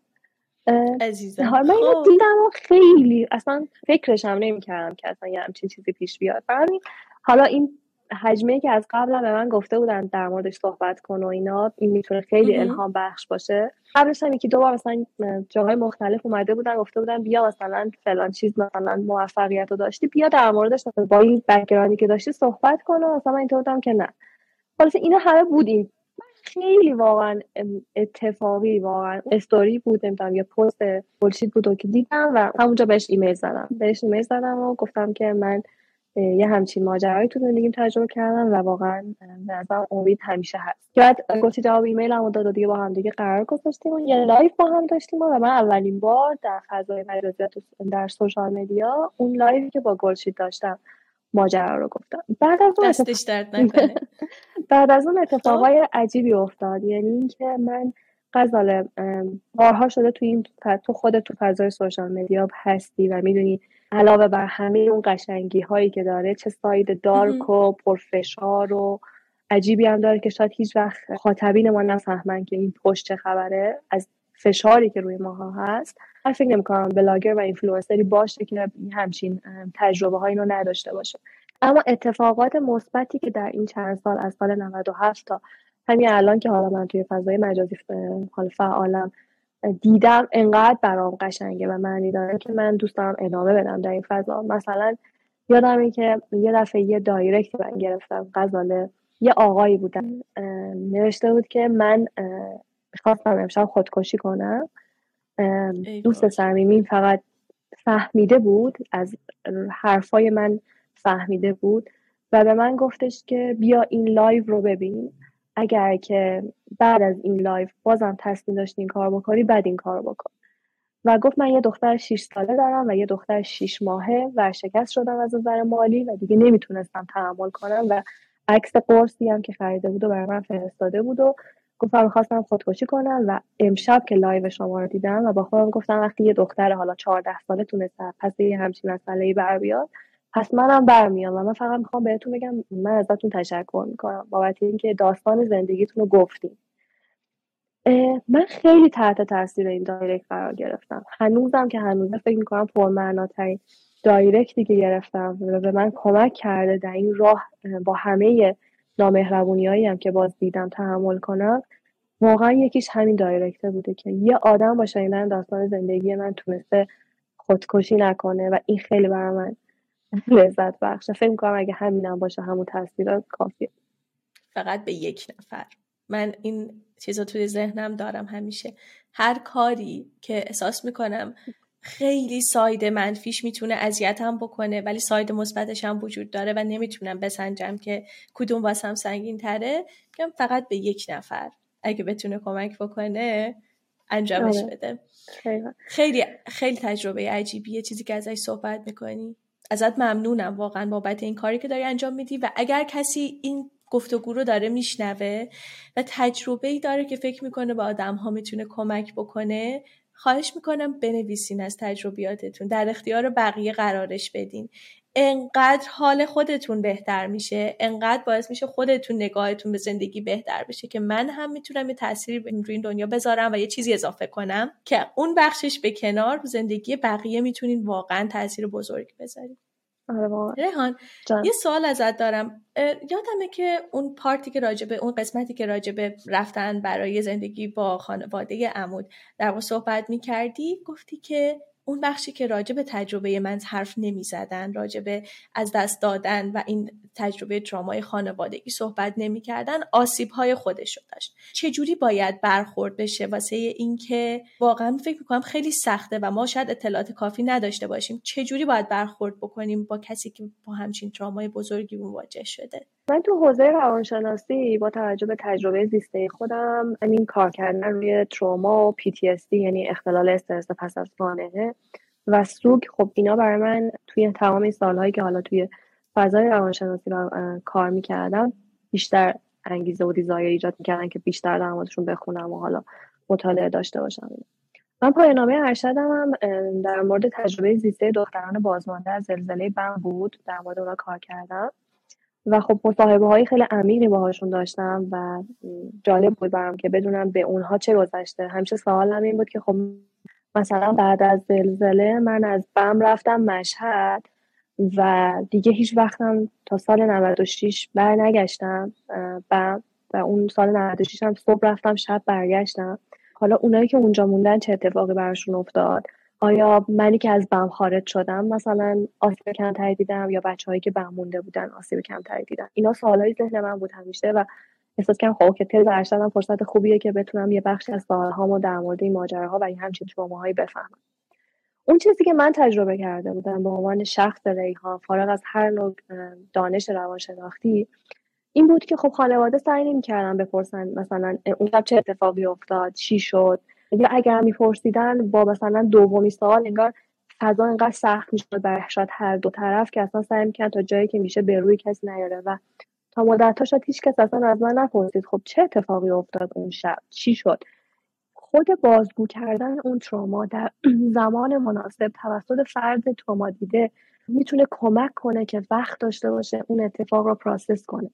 عزیزم حالا من اینو دیدم و خیلی اصلا فکرش هم نمی‌کردم که اصلا یه همچین چیزی پیش بیاد. برای حالا این حجمه که از قبل به من گفته بودن در موردش صحبت کن و اینا، این میتونه خیلی الهام بخش باشه. قبلش هم یکی دو بار مثلا جاهای مختلف اومده بودن گفته بودن بیا مثلا فلان چیز مثلا موفقیت رو داشتی، بیا در موردش مثلا با این بک‌گراندی که داشتی صحبت کن. و مثلا من اینطور بودم که نه. خلاص اینا همه بودیم. خیلی واقعا اتفاقی، واقعا استوری بود، نمیدونم یه پست بولشیت بود که دیدم و همونجا بهش ایمیل زدم بهش ایمیل زدم و گفتم که من یه همچین ماجرایی تو زندگیم تجربه کردم و واقعا به نظرم امید همیشه هست. بعد گفتی جواب ایمیلمو داد و دیگه با هم دیگه قرار گذاشتیم و یه لایو با هم داشتیم و من اولین بار در فضای مجازی در سوشال مدیا اون لایوی که با گلشید داشتم ماجرا رو گفتم. بعد از اون دستش درد نکنه. بعد از اون اتفاقای عجیبی افتاد. یعنی اینکه من غزاله بارها شده تو این تو خودت تو فضای سوشال مدیا هستی و میدونی علاوه بر همه اون قشنگی هایی که داره، چه ساید دارک و پرفشار و عجیبی هم داره که شاید هیچ وقت مخاطبین ما نفهمن که این پشت چه خبره از فشاری که روی ماها هست. من فکر نمی‌کنم بلاگر و اینفلوئنسری باشه که همچین تجربه هایی رو نداشته باشه. اما اتفاقات مثبتی که در این چند سال از سال نود و هفت تا همین الان که حالا من توی فضای مجازی حال فعالم دیدم، انقدر برام قشنگه و معنی داره که من دوست دارم ادامه بدم در این فضا. مثلا یادمه که یه دفعه یه دایرکت من گرفتم غزاله، یه آقایی بودن نوشته بود که من میخواستم امشب خودکشی کنم. دوست صمیمیم فقط فهمیده بود، از حرفای من فهمیده بود و به من گفتش که بیا این لایو رو ببین، اگر که بعد از این لایو بازم تصمیم داشتی این کار بکنی بعد این کار بکن. و گفت من یه دختر شیش ساله دارم و یه دختر شیش ماهه ورشکست شدم از نظر مالی و دیگه نمیتونستم تحمل کنم و عکس قرصی هم که خریده بود و برای من فرستاده بود و گفتم خواستم خودکشی کنم. و امشب که لایو شما رو دیدم و با خودم گفتم وقتی یه دختر حالا چهارده ساله تونسته پس یه همچین مسئله‌ای بر بیاد، پس منم برمیام. و من فقط میخوام بهتون بگم من ازتون تشکر میکنم بابت اینکه داستان زندگیتون رو گفتین. من خیلی تحت تاثیر این دایرکت قرار گرفتم. هنوزم که هنوزه فکر میکنم پرمعناترین دایرکتی که گرفتم و به من کمک کرده در این راه با همه نامهربونیایی هم که باز دیدم تحمل کنم، واقعا یکیش همین دایرکته بوده که یه آدم با شنیدن داستان زندگی من تونسته خودکشی نکنه و این خیلی برای من لذت بخشه. فکر میکنم اگه همینم باشه همون تاثیر کافیه. فقط به یک نفر. من این چیزا توی ذهنم دارم همیشه. هر کاری که احساس میکنم خیلی ساید منفیش میتونه اذیتم بکنه ولی ساید مثبتش هم وجود داره و نمیتونم بسنجم که کدوم واسم سنگین تره، که فقط به یک نفر اگه بتونه کمک بکنه انجامش آره. بده. خیلی خیلی خیلی تجربه عجیبیه چیزی که ازش صحبت میکنی. ازت ممنونم واقعا بابت این کاری که داری انجام میدی و اگر کسی این گفتگو رو داره میشنوه و تجربه‌ای داره که فکر میکنه به آدم‌ها میتونه کمک بکنه، خواهش میکنم بنویسین از تجربیاتتون، در اختیار بقیه قرارش بدین. انقدر حال خودتون بهتر میشه، انقدر باعث میشه خودتون نگاهتون به زندگی بهتر بشه که من هم میتونم یه تأثیری روی این دنیا بذارم و یه چیزی اضافه کنم که اون بخشش به کنار، زندگی بقیه میتونین واقعا تأثیر بزرگی بذارین. ریحان یه سوال ازت دارم. یادمه که اون پارتی که راجبه اون قسمتی که راجبه رفتن برای زندگی با خانواده عمود در واقع صحبت میکردی، گفتی که اون بخشی که راجبه تجربه من حرف نمیزدن، راجبه از دست دادن و این تجربه ترامای خانوادگی صحبت نمیکردن، آسیب‌های خودش رو داشت. چجوری باید برخورد بشه واسه این که واقعا فکر میکنم خیلی سخته و ما شاید اطلاعات کافی نداشته باشیم، چجوری باید برخورد بکنیم با کسی که با همچین ترامای بزرگی مواجه شده؟ من تو حوزه روانشناسی با توجه به تجربه زیسته خودم این کار کردن روی تروما و پی تی اس دی یعنی اختلال استرس پس از سانحه و سوگ، خب اینا برای من توی تمام این سالهایی که حالا توی فضای روانشناسی کار میکردم بیشتر انگیزه و دیزایر ایجاد میکردن که بیشتر در موردشون بخونم و حالا مطالعه داشته باشم. من پایان‌نامه ارشدم هم در مورد تجربه زیسته دختران بازمانده از زلزله بم بود، در مورد اونا کار کردم و خب مصاحبه های خیلی عمیقی باهاشون داشتم و جالب بود برام که بدونم به اونها چه گذشته. همیشه سوالم این بود که خب مثلا بعد از زلزله من از بم رفتم مشهد و دیگه هیچ وقتم تا سال نود و شش بر نگشتم بم و اون سال نود و شش هم صبح رفتم شب برگشتم. حالا اونایی که اونجا موندن چه اتفاقی براشون افتاد؟ آیا منی که از بم خارج شدم مثلا آسیب کمتری دیدم یا بچه‌هایی که بم مونده بودن آسیب کمتری دیدن؟ اینا سوالای ذهن من بود همیشه و احساس کردم خب که تز ارشدم فرصت خوبیه که بتونم یه بخشی از سوالهامو در مورد این ماجراها و این همچین تروماهایی بفهمم. اون چیزی که من تجربه کرده بودم به عنوان شخص ریحان فارغ از هر نوع دانش روانشناختی این بود که خب خانواده سعی نمی‌کردن بپرسن مثلا اون شب چه اتفاقی افتاد، چی شد، یا اگر میپرسیدن با مثلا دومی سوال انگار فضا انقدر سخت میشد برای شاید هر دو طرف که اصلا سعی می‌کردن تا جایی که میشه به روی کسی نیاره و تا مدت‌ها شاید هیچ کس اصلا از من نپرسید خب چه اتفاقی افتاد اون شب، چی شد. خود بازگو کردن اون تروما در زمان مناسب توسط فرد تروما دیده میتونه کمک کنه که وقت داشته باشه اون اتفاق رو پروسس کنه.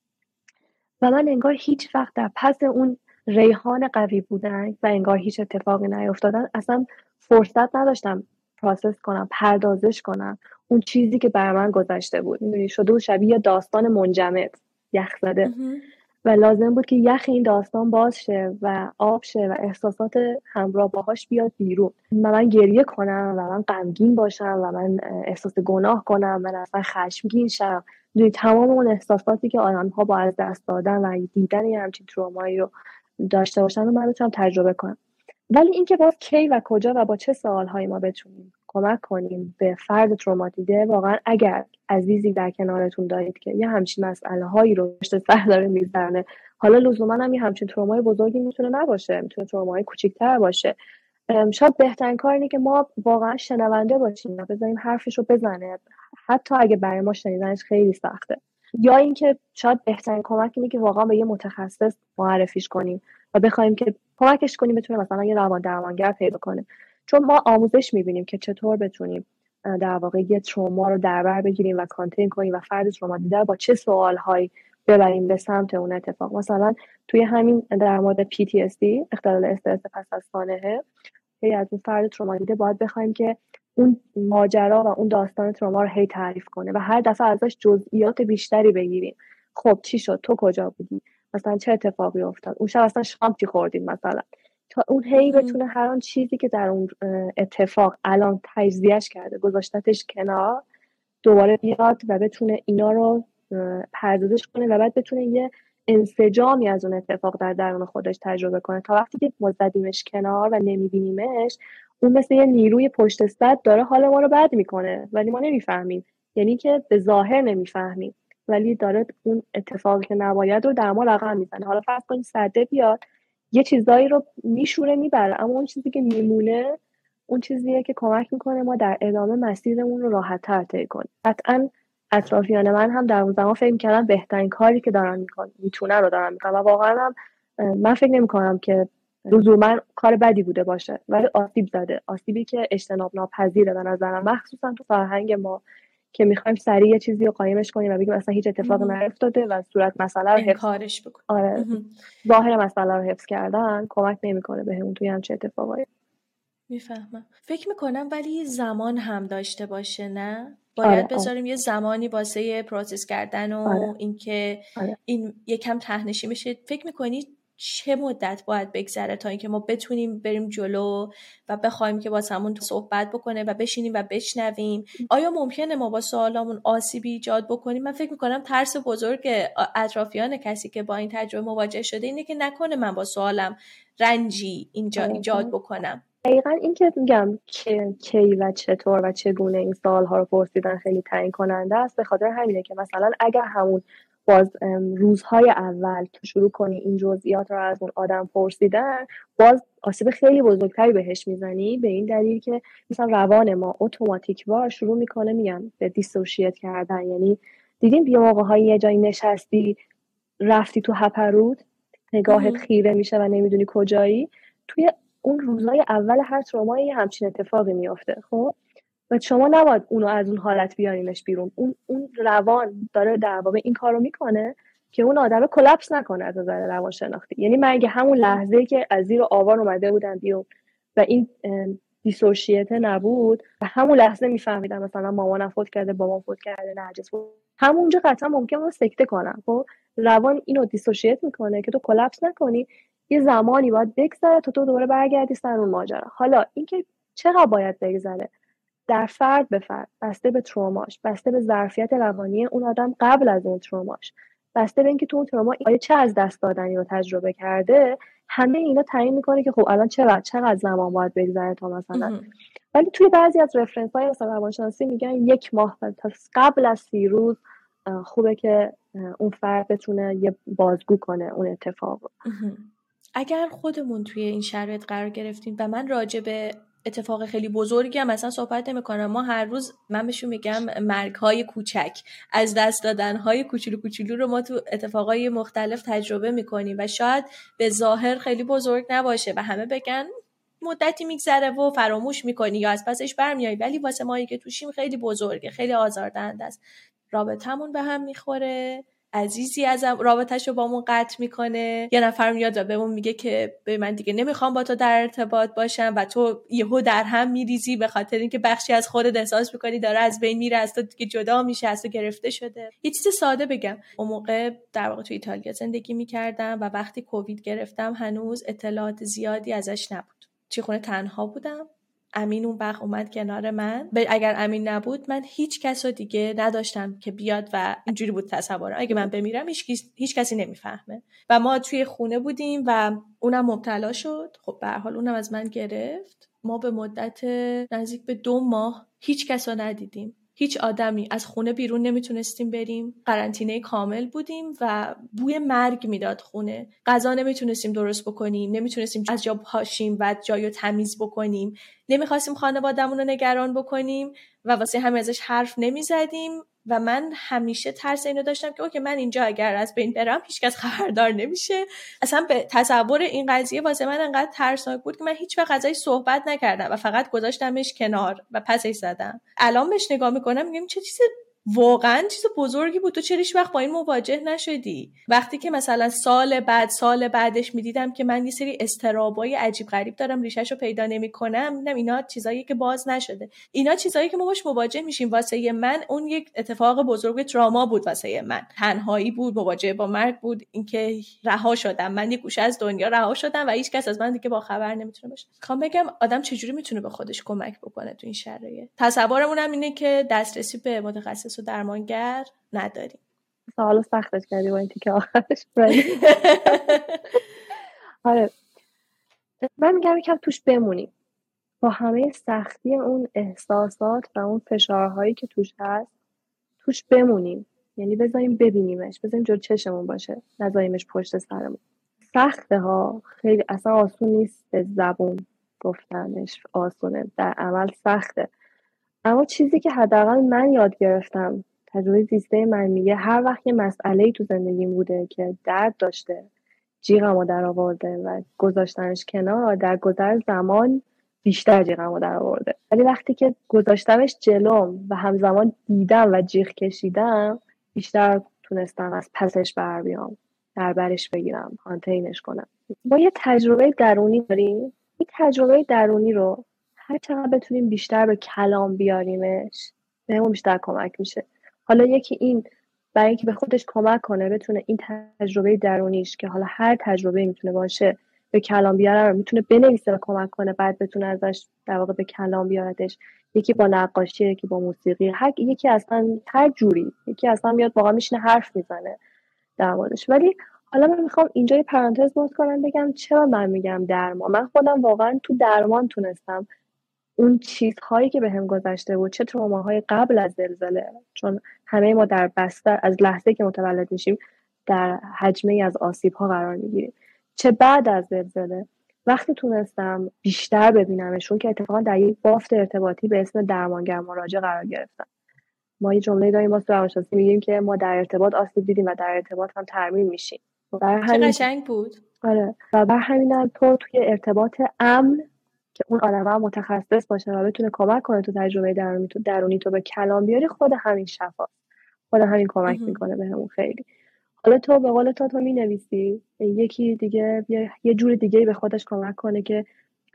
و من انگار هیچ وقت در پس اون ریحان قوی بودن و انگار هیچ اتفاقی نیفتادن اصلا فرصت نداشتم پروسس کنم، پردازش کنم اون چیزی که بر من گذشته بود. میدونی شده بود شبیه داستان منجمد یخ زده و لازم بود که یخ این داستان باز شه و آب شه و احساسات همراه باهاش بیاد بیرون و من گریه کنم و من غمگین باشم و من احساس گناه کنم، من اصلا خشمگین شم. دوی تمام اون احساساتی که آدم‌ها با از دست دادن و دیدن یه همچین ترومایی رو داشته باشن رو من بتونم تجربه کنم. ولی اینکه باز کی و کجا و با چه سوال‌هایی ما بتونیم کمک کنیم به فرد تروما دیده، واقعا اگر عزیزی در کنارتون دارید که یه همچین مسئله هایی رو پشت سر داره می‌ذاره، حالا لزوما هم یه همچین ترومای بزرگی میتونه نباشه، میتونه ترومای کوچیک‌تر باشه، شاید بهترین کار اینه که ما واقعا شنونده باشیم و بذاریم حرفش رو بزنه حتی اگه برای ما شنیدنش خیلی سخته. یا اینکه شاید بهترین کمک اینه که واقعا به یه متخصص معرفیش کنیم و بخوایم که کمکش کنیم بتونه مثلا یه روان درمانگر پیدا کنه. چون ما آموزش می‌بینیم که چطور بتونیم در واقع یه تروما رو در بر بگیریم و کانتین کنیم و فرد تروما دیده با چه سوال‌هایی ببریم به سمت اون اتفاق. مثلا توی همین در مورد پی تی اس دی اختلال استرس پس از سانحه از اون فرد تروما دیده باید بخوایم که اون ماجرا و اون داستان تروما رو هی تعریف کنه و هر دفعه ازش جزئیات بیشتری بگیریم. خب چی شد؟ تو کجا بودی؟ مثلا چه اتفاقی افتاد؟ اون شب اصلا شام چی خوردین مثلا؟ تا اون هی بتونه هر آن چیزی که در اون اتفاق الان تجزیهش کرده گذاشتتش کنار دوباره بیاد و بتونه اینا رو پردازش کنه و بعد بتونه یه انسجامی از اون اتفاق در درون خودش تجربه کنه تا وقتی که ما زدیمش کنار و نمیبینیمش اون مثل یه نیروی پشت سد داره حال ما رو بد میکنه ولی ما نمیفهمیم، یعنی که به ظاهر نمیفهمیم ولی داره اون اتفاقی که نباید رو در ما رقم میزنه. حالا فرض کنید سده بیاد یه چیزایی رو میشوره میبره اما اون چیزی که میمونه اون چیزیه که کمک میکنه ما در ادامه مسیرمون رو راحت‌تر طی کنیم. قطعاً اطرافیان من هم در اون زمان فکر می‌کردن بهترین کاری که دارن میکنن میتونه رو دارن میکنن و واقعا هم من فکر نمی‌کنم که لزوما کار بدی بوده باشه، ولی آسیب زده، آسیبی که اجتناب ناپذیره به نظرم، مخصوصا تو فرهنگ ما که میخوایم سریع یه چیزی رو قایمش کنیم و بگیم اصلا هیچ اتفاقی نیفتاده و صورت مسئله رو حفظ انکارش بکن. آره ظاهر مسئله رو حفظ کردن کمک نمیکنه بهمون توی همچین اتفاقایی. میفهمم. فکر میکنم ولی زمان هم داشته باشه، نه؟ باید آره، بذاریم آره. یه زمانی واسه پروسس کردن و آره. اینکه آره. این یکم تهنشی بشه. فکر میکنی چه مدت باید بگذره تا اینکه ما بتونیم بریم جلو و بخوایم که واسمون صحبت بکنه و بشینیم و بشنویم؟ آیا ممکنه ما با سوالامون آسیبی ایجاد بکنیم؟ من فکر میکنم ترس بزرگ اطرافیان کسی که با این تجربه مواجه شده اینه که نکنه من با سوالم رنجی اینجا آره. ایجاد بکنم. دقیقا این که میگم که کی و چطور و چگونه این سوال‌ها رو پرسیدن خیلی تعیین کننده است. به خاطر همینه که مثلا اگر همون باز روزهای اول که شروع کنی این جزئیات رو از اون آدم پرسیدن، باز آسیب خیلی بزرگتری بهش میزنی، به این دلیل که مثلا روان ما اتوماتیک وار شروع میکنه میگم به دیسوشیت کردن. یعنی دیدین یه موقع‌های یه جایی نشستی رفتی تو هپرود، نگاهت خیره میشه و نمیدونی کجایی. توی اون روزهای اول هر ترومایی همچین اتفاقی میافته. خب و شما نباید اونو از اون حالت بیارینش بیرون. اون اون روان داره در واقع این کارو میکنه که اون آدم کلاپس نکنه از نظر روانشناختی. یعنی من اگه همون لحظه‌ای که از زیر آوار اومده بودم بیرون و این دیسوشیت نبود و همون لحظه میفهمیدم مثلا مامانم فوت کرده، بابام فوت کرده، نرجس فوت، همونجا قطعا ممکنه سکته کنم. خب روان اینو دیسوشیت میکنه که تو کلاپس نکنی، یه زمانی باید بگذره تا تو دوباره برگردی سر اون ماجرا. حالا اینکه چقدر باید بگذره در فرد به فرد، بسته به تروماش، بسته به ظرفیت روانی اون آدم قبل از اون تروماش، بسته به اینکه تو اون تروما آیا چه از دست دادنی رو تجربه کرده، همه اینا تعیین میکنه که خب الان چقدر چقدر زمان باید بگذره تا مثلا. ولی توی بعضی از رفرنس های مثلا روانشناسی میگن یک ماه تا قبل از سی روز خوبه که اون فرد بتونه یه بازگو کنه اون اتفاق رو. اگر خودمون توی این شرایط قرار گرفتیم و من راجع به اتفاق خیلی بزرگی هم مثلا صحبت نمی کنم، ما هر روز من بهشون میگم مرگ های کوچک، از دست دادن های کوچولو کوچولو رو ما تو اتفاقای مختلف تجربه میکنیم و شاید به ظاهر خیلی بزرگ نباشه و همه بگن مدتی میگذره و فراموش میکنی یا از پسش برمیای، ولی واسه مایی که توشیم خیلی بزرگه، خیلی آزاردهنده است. رابطمون به هم میخوره، عزیزی از رابطه‌شو با مون قطع میکنه، یه نفر میاد و بهمون میگه که به من دیگه نمیخوام با تو در ارتباط باشم و تو یهو در هم میریزی به خاطر اینکه بخشی از خودت احساس میکنی داره از بین میره، از تو دیگه جدا میشه، از تو گرفته شده. یه چیز ساده بگم، اون موقع در واقع تو ایتالیا زندگی میکردم و وقتی کووید گرفتم هنوز اطلاعات زیادی ازش نبود. توی خونه تنها بودم. امین اون وقت اومد کنار من. اگر امین نبود من هیچ کس رو دیگه نداشتم که بیاد و اینجوری بود تصورم اگه من بمیرم هیچ, هیچ کسی نمیفهمه. و ما توی خونه بودیم و اونم مبتلا شد. خب به هر حال اونم از من گرفت. ما به مدت نزدیک به دو ماه هیچ کس رو ندیدیم، هیچ آدمی، از خونه بیرون نمیتونستیم بریم، قرنطینه کامل بودیم و بوی مرگ میداد خونه. غذا نمیتونستیم درست بکنیم، نمیتونستیم از جا پاشیم و جایو تمیز بکنیم، نمیخواستیم خانواده‌مون رو نگران بکنیم و واسه همین ازش حرف نمیزدیم. و من همیشه ترس اینو داشتم که اوکی من اینجا اگر از بین برم هیچکس خبردار نمیشه. اصلا به تصور این قضیه واسه من انقدر ترسناک بود که من هیچ وقت ازش صحبت نکردم و فقط گذاشتمش کنار و پسش زدم. الان بهش نگاه میکنم میگم چه چیز واقعا چیز بزرگی بود، تو چرا هیچ وقت با این مواجه نشدی؟ وقتی که مثلا سال بعد سال بعدش میدیدم که من یه سری استرابای عجیب غریب دارم ریشه‌شو پیدا نمی‌کنم، میگم اینا چیزایی که باز نشده، اینا چیزایی که ما باش مواجه میشیم. واسه من اون یک اتفاق بزرگ تراما بود، واسه من تنهایی بود، مواجهه با مرگ بود، اینکه رها شدم، من یه گوشه از دنیا رها شدم و هیچ کس از من دیگه با خبر نمیتونه باشه. میخوام بگم آدم چجوری میتونه به خودش کمک بکنه تو این شرایط. تصورمون هم اینه که دسترسی به متخصص و درمانگر نداریم. سوالو سختش کردی با این تیکه آخرش. آره من میگم یکم توش بمونیم با همه سختی اون احساسات و اون فشارهایی که توش هست، توش بمونیم. یعنی بذاریم ببینیمش، بذاریم جلو چشمون باشه، نذاریمش پشت سرمون. سخته ها، خیلی اصلا آسون نیست به زبون گفتنش آسونه، در عمل سخته. اما چیزی که حداقل من یاد گرفتم، تجربه زیسته من میگه هر وقت یه مسئله‌ای تو زندگیم بوده که درد داشته، جیغمو در آورده و گذاشتنش کنار در گذر زمان بیشتر جیغمو در آورده. ولی وقتی که گذاشتمش جلوم و همزمان دیدم و جیغ کشیدم، بیشتر تونستم از پسش بر بیام، در برش بگیرم، کانتینش کنم. ما یه تجربه درونی داریم، این تجربه درونی رو هر چقدر بتونیم بیشتر به کلام بیاریمش بهمون بیشتر کمک میشه. حالا یکی این برای اینکه به خودش کمک کنه بتونه این تجربه درونیش که حالا هر تجربه میتونه باشه به کلام بیاره رو میتونه بنویسه و کمک کنه، بعد بتونه ازش در واقع به کلام بیاردش. یکی با نقاشی، یکی با موسیقی، هر یکی اصلا هر جوری، یکی اصلا میاد واقعا میشینه حرف میزنه در موردش. ولی حالا من میخوام اینجا یه پرانتز باز کنم بگم چرا من میگم درمان. من خودم واقعا تو درمان تونستم اون چیزهایی که بهم گذشته بود، چه تروماهای قبل از زلزله، چون همه ما در بستر از لحظه که متولد میشیم در حجمه از آسیب‌ها قرار میگیریم، چه بعد از زلزله، وقتی تونستم بیشتر ببینمشون که اتفاقا در یک بافت ارتباطی به اسم درمانگر مراجع قرار گرفتم. ما یه جمله داریم واسه روانشناسی میگیم که ما در ارتباط آسیب دیدیم و در ارتباط هم ترمیم میشیم. چه قشنگ بود. آره، و بر همینم تو توی ارتباط امن که اون آدم هم متخصص باشه و بتونه کمک کنه تو تجربه درونی تو درونی تو به کلام بیاری، خود همین شفا، خود همین کمک میکنه بهمون خیلی. حالا تو به قول تو تو مینویسی، یکی دیگه یه جور دیگه به خودش کمک کنه که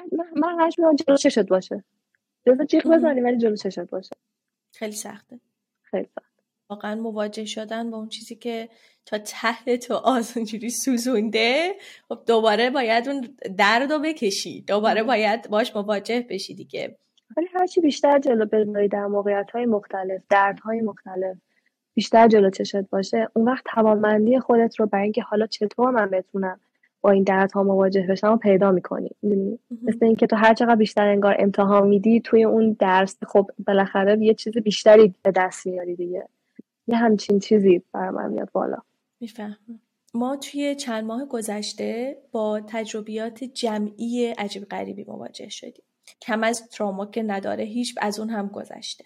من هرچی میگم جلو چشت باشه، جلو جیغ بزنی ولی جلو چشت باشه. خیلی سخته، خیلی سخته واقعا مواجه شدن با اون چیزی که تا ته تو آسونجوری سوزونده. خب دوباره باید اون درد رو بکشی، دوباره باید باش مواجه بشی دیگه. ولی هرچی بیشتر جلو بزنی در موقعیت‌های مختلف، دردهای مختلف بیشتر جلو چشت باشه، اون وقت توانمندی خودت رو برای اینکه حالا چطور من بتونم با این دردها مواجه بشم پیدا می‌کنی. می‌دونی مثل اینکه تو هر چقدر بیشتر انگار امتحان میدی توی اون درس، خب بالاخره یه چیز بیشتری به دست میاری دیگه. یه همچین چیزی برای من میاد بالا. میفهمم. ما توی چند ماه گذشته با تجربیات جمعی عجیب غریبی مواجه شدیم. کم از تروما که نداره، هیچ از اون هم گذشته.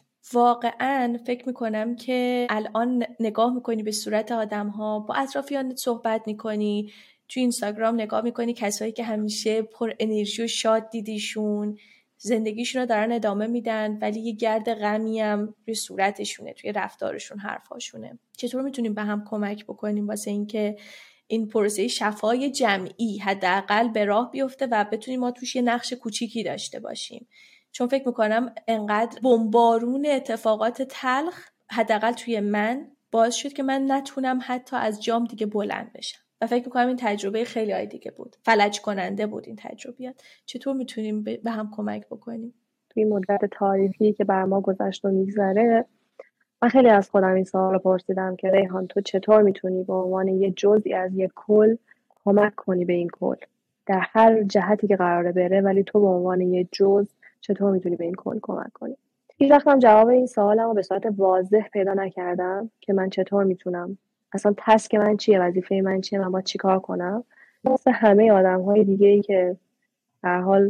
واقعا فکر میکنم که الان نگاه میکنی به صورت آدم ها، با اطرافیانت صحبت میکنی، توی اینستاگرام نگاه میکنی کسایی که همیشه پر انرژی و شاد دیدیشون زندگیشون رو دارن ادامه میدن، ولی یه گرد غمی هم روی صورتشونه، توی رفتارشون، حرفاشونه. چطور میتونیم به هم کمک بکنیم واسه اینکه این پروسه شفای جمعی حداقل به راه بیفته و بتونیم ما توش یه نقش کوچیکی داشته باشیم؟ چون فکر میکنم انقدر بمبارون اتفاقات تلخ حداقل توی من باعث شد که من نتونم حتی از جام دیگه بلند بشم و فکر میکنم این تجربه خیلی های دیگه بود، فلج کننده بود این تجربیات. چطور میتونیم به هم کمک بکنیم؟ توی مدت تاریخی که بر ما گذشت و میگذره، من خیلی از خودم این سوال رو پرسیدم که ریحان تو چطور میتونی به عنوان یه جزئی از یک کل کمک کنی به این کل در هر جهتی که قراره بره، ولی تو به عنوان یه جزء چطور میتونی به این کل کمک کنی؟ هیچ وقت هم جواب این سوالم رو به صورت واضح پیدا نکردم که من چطور میتونم، اصلا تسک من چیه، وظیفه من چیه، من باید چی کار کنم. مثل همه آدم‌های دیگه‌ای که در حال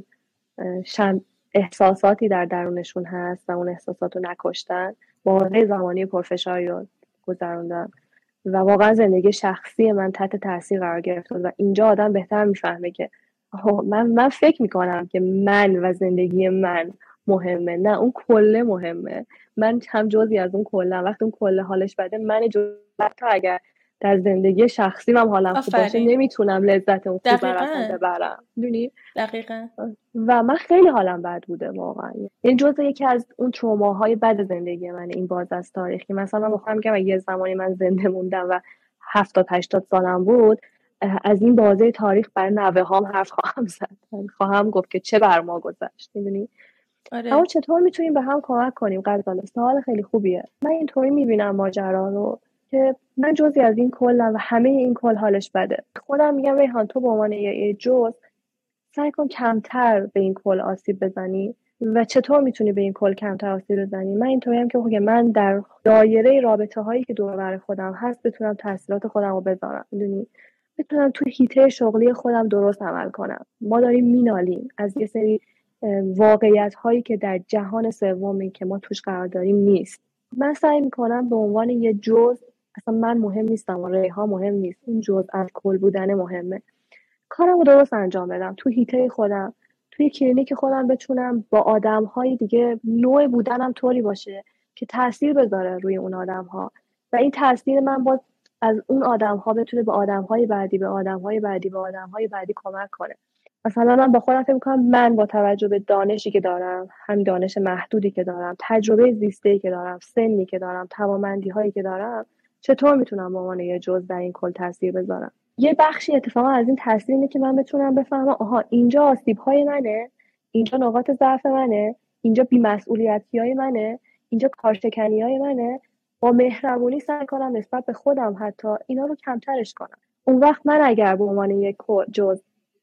شم احساساتی در درونشون هست و اون احساسات رو نکشتن، واقعا زمانی پرفشاری رو گذروندم و واقعا زندگی شخصی من تحت تاثیر قرار گرفت و اینجا آدم بهتر میفهمه که من من فکر میکنم که من و زندگی من مهمه، نه اون کله مهمه. من هم جزئی از اون کلم. وقتی اون کله حالش بده، من جزئی تا اگر در زندگی شخصی من حالم خوب باشه نمیتونم لذت اون خوب رو ببرم. میدونی؟ دقیقاً. و من خیلی حالم بد بوده واقعا. این جزء یکی از اون تروماهای بد زندگی من، این باز از تاریخی. مثلا من بخوام بگم یه زمانی من زنده موندم و هفتاد هشتاد سالم بود، از این بازه تاریخ برای نوه هام حرف خواهم زد، خواهم گفت که چه بر ما گذشت. میدونی؟ آره. اما چطور میتونیم به هم کمک کنیم؟ غزاله سوال خیلی خوبیه. من اینطوری میبینم ماجرا رو که من جزئی از این کلم و همه این کل حالش بده. خودم میگم ریحان تو به عنوان یه جزء سعی کن کمتر به این کل آسیب بزنی. و چطور میتونی به این کل کمتر آسیب بزنی؟ من اینطوری هم که من در دایره رابطه هایی که دور و بر خودم هست بتونم تاثیرات خودم رو بذارم، میدونی، بتونم تو هیته شغلی خودم درست عمل کنم. ما داریم مینالیم از یه سری واقعیت هایی که در جهان سومی که ما توش قرار داریم نیست. من سعی میکنم به عنوان یه جزء، اصلا من مهم نیستم و ریحان مهم نیست، این جزء از کل بودن مهمه. کارمو درست انجام بدم تو هیته خودم، توی کلینیک خودم بتونم با آدم‌های دیگه نوع بودنم طوری باشه که تاثیر بذاره روی اون آدم‌ها و این تاثیر من باز از اون آدم‌ها بتونه به آدم‌های بعدی به آدم‌های بعدی به آدم‌های بعدی کمک کنه. مثلا من با خودم فکر می‌کنم من با توجه به دانشی که دارم، هم دانش محدودی که دارم، تجربه زیسته‌ای که دارم، سنی که دارم، توانمندی‌هایی که دارم، چطور میتونم به عنوان یه جزء در این کل تاثیر بذارم. یه بخشی اتفاقا از این تاثیر اینه که من بتونم بفهمم آها اینجا آسیب‌های منه، اینجا نقاط ضعف منه، اینجا بی‌مسئولیتی‌های منه، اینجا کارشکنی‌های منه. با مهربونی سعی کنم نسبت به خودم حتی اینا رو کمترش کنم. اون وقت من اگر به عنوان یک جزء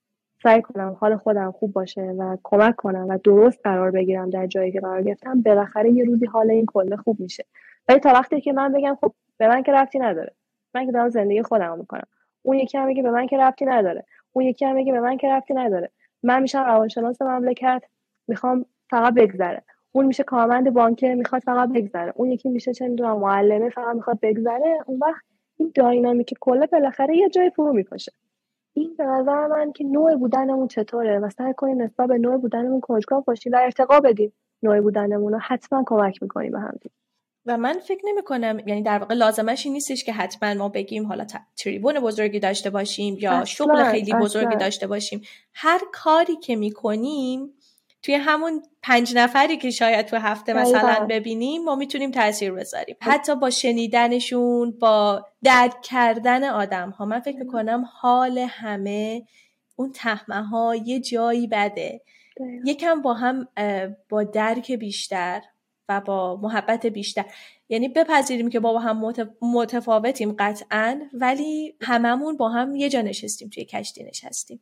سعی کنم حال خودم خوب باشه و کمک کنم و درست قرار بگیرم در جایی که قرار گرفتم، بالاخره یه روزی حال این کله خوب میشه. ولی تا وقتی که من بگم خب به من که ربطی نداره، من که دارم زندگی خودم میکنم، اون یکی هم میگه به من که ربطی نداره، اون یکی هم میگه به من که ربطی نداره، من میشم روانشناس مملکت میخوام فقط بگذره، اون میشه کارمند بانک میخواد فقط بگذره، اون یکی میشه چه میدونم معلمه فقط میخواد بگذره، اون وقت این داینامیک کله بالاخره یه جای فرو میپاشه. این به نظر من که نوع بودنمون چطوره و سعی کنیم نسبت به نوع بودنمون کنجکاو باشیم و ارتقا بدیم نوع بودنمون رو، حتما کمک میکنیم به هم دیگه. و من فکر نمی کنم یعنی در واقع لازمش این نیستش که حتما ما بگیم حالا تریبون بزرگی داشته باشیم یا اصلاً، شغل خیلی بزرگی اصلاً. داشته باشیم. هر کاری که میکنیم توی همون پنج نفری که شاید تو هفته مثلا دایقا. ببینیم ما میتونیم تاثیر بذاریم، حتی با شنیدنشون، با درک کردن آدم ها. من فکر میکنم حال همه اون تهمه ها یه جایی بده، دایقا. یکم با هم با درک بیشتر و با محبت بیشتر، یعنی بپذیریم که با هم متفاوتیم قطعاً، ولی هممون با هم یه جا نشستیم، توی کشتی نشستیم.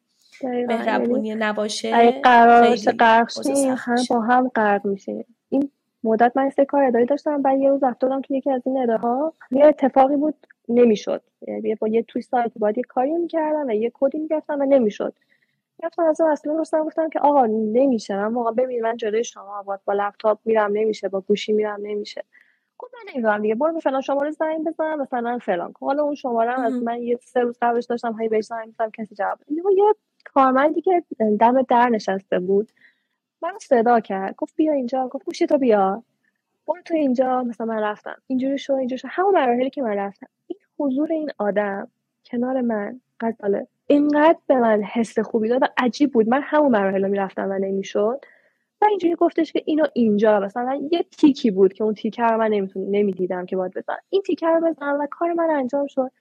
مهربونی نباشه اگه قرار باشه غرق شیم هم با هم غرق میشیم. این مدت من سه کار اداری داشتم، بعد یه روز رفته بودم توی یکی از این اداره‌ها، یه اتفاقی بود نمیشد، یعنی با یه توی سایت باید یه کاری می‌کردم و یه کدی می‌گفتم و نمیشد. رفتم از اصلا دوستم گفتم که آقا نمیشه، من واقعا ببین من جلوی شما با با لپتاپ میرم نمیشه، با گوشی میرم نمیشه. گفت من نمیدونم دیگه، برو به فلان شماره زنگ بزن مثلا فلان. حالا اون شماره هم از من یه سه روز قبلش داشتم هی بهش زنگ می‌زدم کسی جواب نمیداد. یه کارمندی که دم در نشسته بود من صدا کرد، گفت بیا اینجا، گفت گوشی تو بیا، برو تو اینجا. مثلا من رفتم اینجوری شو اینجوری شو، همون مراحلی که من رفتم، این حضور این آدم کنار من قضاله اینقدر به من حس خوبی داد و عجیب بود. من همون مراحل رو میرفتم و نمیشد و اینجوری گفتش که اینو اینجا مثلا یه تیکی بود که اون تیکه رو من نمیتونم نمیدیدم که باید بزنم، این تیکه رو بزنم و کار من انجام شد.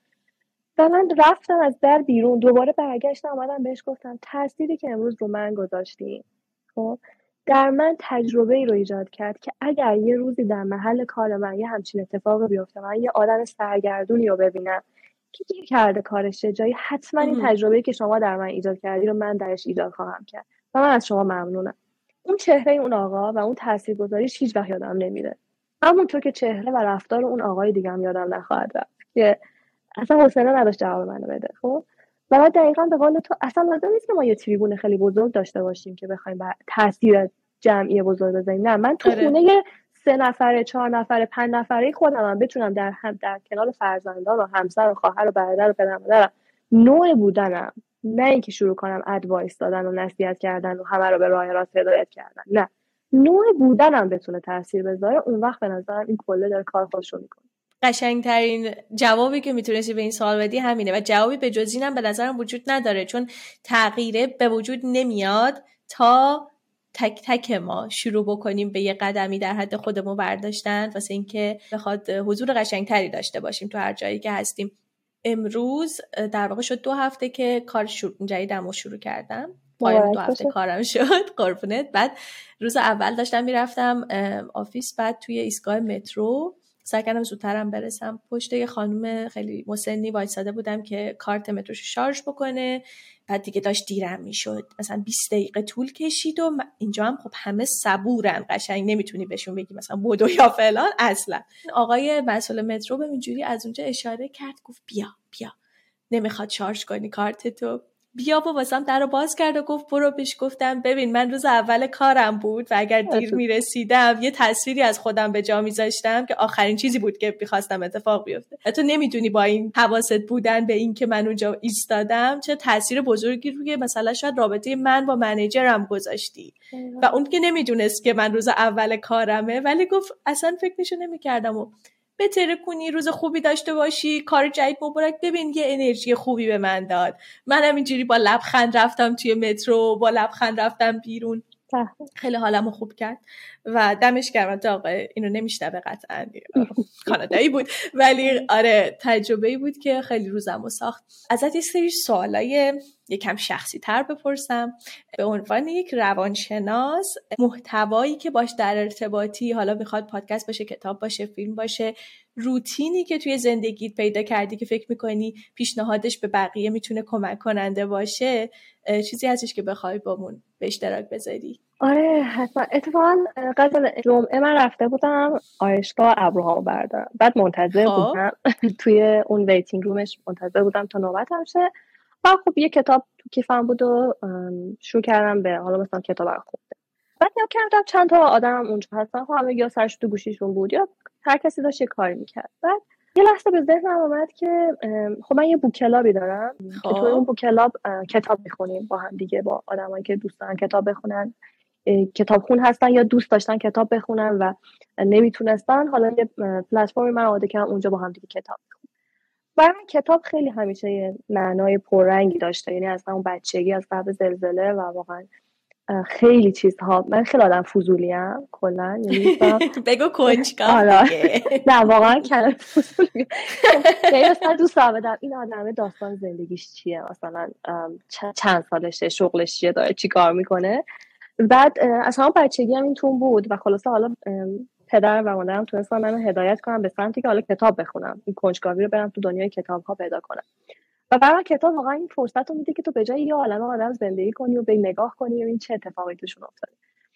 و من رفتم از در بیرون، دوباره برگشتم اومدم بهش گفتم تأثیری که امروز رو من گذاشتی خب در من تجربه ای رو ایجاد کرد که اگر یه روزی در محل کار من یه همچین اتفاقی بیفته، من یه آدم سرگردونی رو ببینم که گیر کرده کارش جایی، حتما این تجربه‌ای که شما در من ایجاد کردی رو من درش ایجاد خواهم کرد و من از شما ممنونم. اون چهره اون آقا و اون تاثیرگذاریش هیچ وقت یادم نمیره، همونطور که چهره و رفتار اون آقای دیگه هم یادم نخواهد رفت که اصلا حوصله نداشت جواب منو بده. خب و بعد دقیقاً به قول تو اصلا لازم نیست که ما یه تریبون خیلی بزرگ داشته باشیم که بخوایم بر تاثیر جمعی بزرگ بذاریم. نه، من تو خونه سه نفره، چهار نفره، پنج نفره خودم بتونم در هم در کنار فرزندان و همسر و خواهر و برادر و پدر مادرم نوع بودنم، نه اینکه شروع کنم ادوایس دادن و نصیحت کردن و همه رو به راه راست هدایت کردن، نه، نوع بودنم بتونه تاثیر بذاره. اون وقت به نظرم این کله داره کار خودش رو میکنه. قشنگترین جوابی که میتونستی به این سوال بدی همینه و جوابی به جز اینم به نظرم وجود نداره، چون تغییره به وجود نمیاد تا تک تک ما شروع بکنیم به یه قدمی در حد خودمون برداشتن واسه اینکه بخواد حضور قشنگتری داشته باشیم تو هر جایی که هستیم. امروز در واقع شد دو هفته که کار شروع جدیدمو شروع کردم، پایان دو هفته کارم شد قربونت. بعد روز اول داشتم میرفتم آفیس، بعد توی ایستگاه مترو سعی کردم زودترم برسم. پشت یه خانم خیلی مسنی وایساده بودم که کارت متروش شارژ بکنه، بعد دیگه داشت دیرم میشد، مثلا بیست دقیقه طول کشید و اینجا هم خب همه صبورن، قشنگ نمیتونی بهشون بگی مثلا بدو یا فلان. اصلا آقای مسئول مترو به اینجوری از اونجا اشاره کرد، گفت بیا بیا، نمیخواد شارژ کنی کارتتو، بیا و واسم در رو باز کرد و گفت برو پیش. گفتم ببین من روز اول کارم بود و اگر دیر میرسیدم یه تصویری از خودم به جا میذاشتم که آخرین چیزی بود که میخواستم اتفاق بیفته. تو نمیدونی با این حواست بودن به این که من اونجا ایستادم چه تاثیر بزرگی روی مثلا شاید رابطه من با منیجرم گذاشتی. و اون که نمیدونست که من روز اول کارمه، ولی گفت اصلا فکرشو نمیکردم. و بهتره کنی روز خوبی داشته باشی، کار جدید مبارک. ببین یه انرژی خوبی به من داد. منم اینجوری با لبخند رفتم توی مترو، با لبخند رفتم بیرون. خیلی حالمو خوب کرد و دمش گرم. تا آقا اینو نمیشنوه قطعا، کانادایی بود، ولی آره تجربه‌ای بود که خیلی روزمو ساخت. ازت یه سری سوالای یکم شخصی تر بپرسم. به عنوان یک روانشناس، محتوایی که باش در ارتباطی، حالا میخواد پادکست باشه، کتاب باشه، فیلم باشه، روتینی که توی زندگیت پیدا کردی که فکر میکنی پیشنهادش به بقیه میتونه کمک کننده باشه، چیزی هستش که بخوای بامون به اشتراک بذاری؟ آره حتما. اتفاقا قبل جمعه من رفته بودم آرایشگاه ابروهامو بردارم، بعد منتظر بودم توی اون ویتینگ رومش منتظر بودم تا نوبتم شه. و خب یه کتاب تو کیفم بود و شروع کردم به حالا مثلا کتاب رو خوندم. بعد نگاه کردم چند تا آدم اونجا هستن، خب همه یا سرش تو گوشیشون بود یا هر کسی داشت یه کاری میکرد. بعد یه لحظه به ذهنم اومد که خب من یه بوک کلابی دارم که توی اون بوک کلاب کتاب میخونیم با هم دیگه، با آدمایی که دوست دارن کتاب بخونن، کتابخون هستن یا دوست داشتن کتاب بخونن و نمیتونستن. حالا یه پلتفرمی من آماده کردم اونجا با هم دیگه کتاب بخونیم. برای من کتاب خیلی همیشه یه معنای پررنگی داشته، یعنی از اون بچگی، از قبل زلزله و واقعا خیلی چیزها. من خیلی آدم فضولیم کلا، یعنی بگو کنجکاو دیگه. نه واقعا کلمه فضولی، یعنی مثلا دوست دارم این آدم داستان زندگیش چیه، مثلا چند سالشه، شغلش چیه، داره چی کار میکنه. بعد از همون بچگی هم این تون بود و خلاصه حالا پدر و مادرم تونستن منو هدایت کنم به سمتی که حالا کتاب بخونم، این کنجکاوی رو برم تو دنیای کتاب ها پیدا کنم. و برای کتاب واقعا این فرصت رو میده که تو به جای یه عالمه آدم زندگی کنی و به نگاه کنی و این چه اتفاقی توشون افتاده.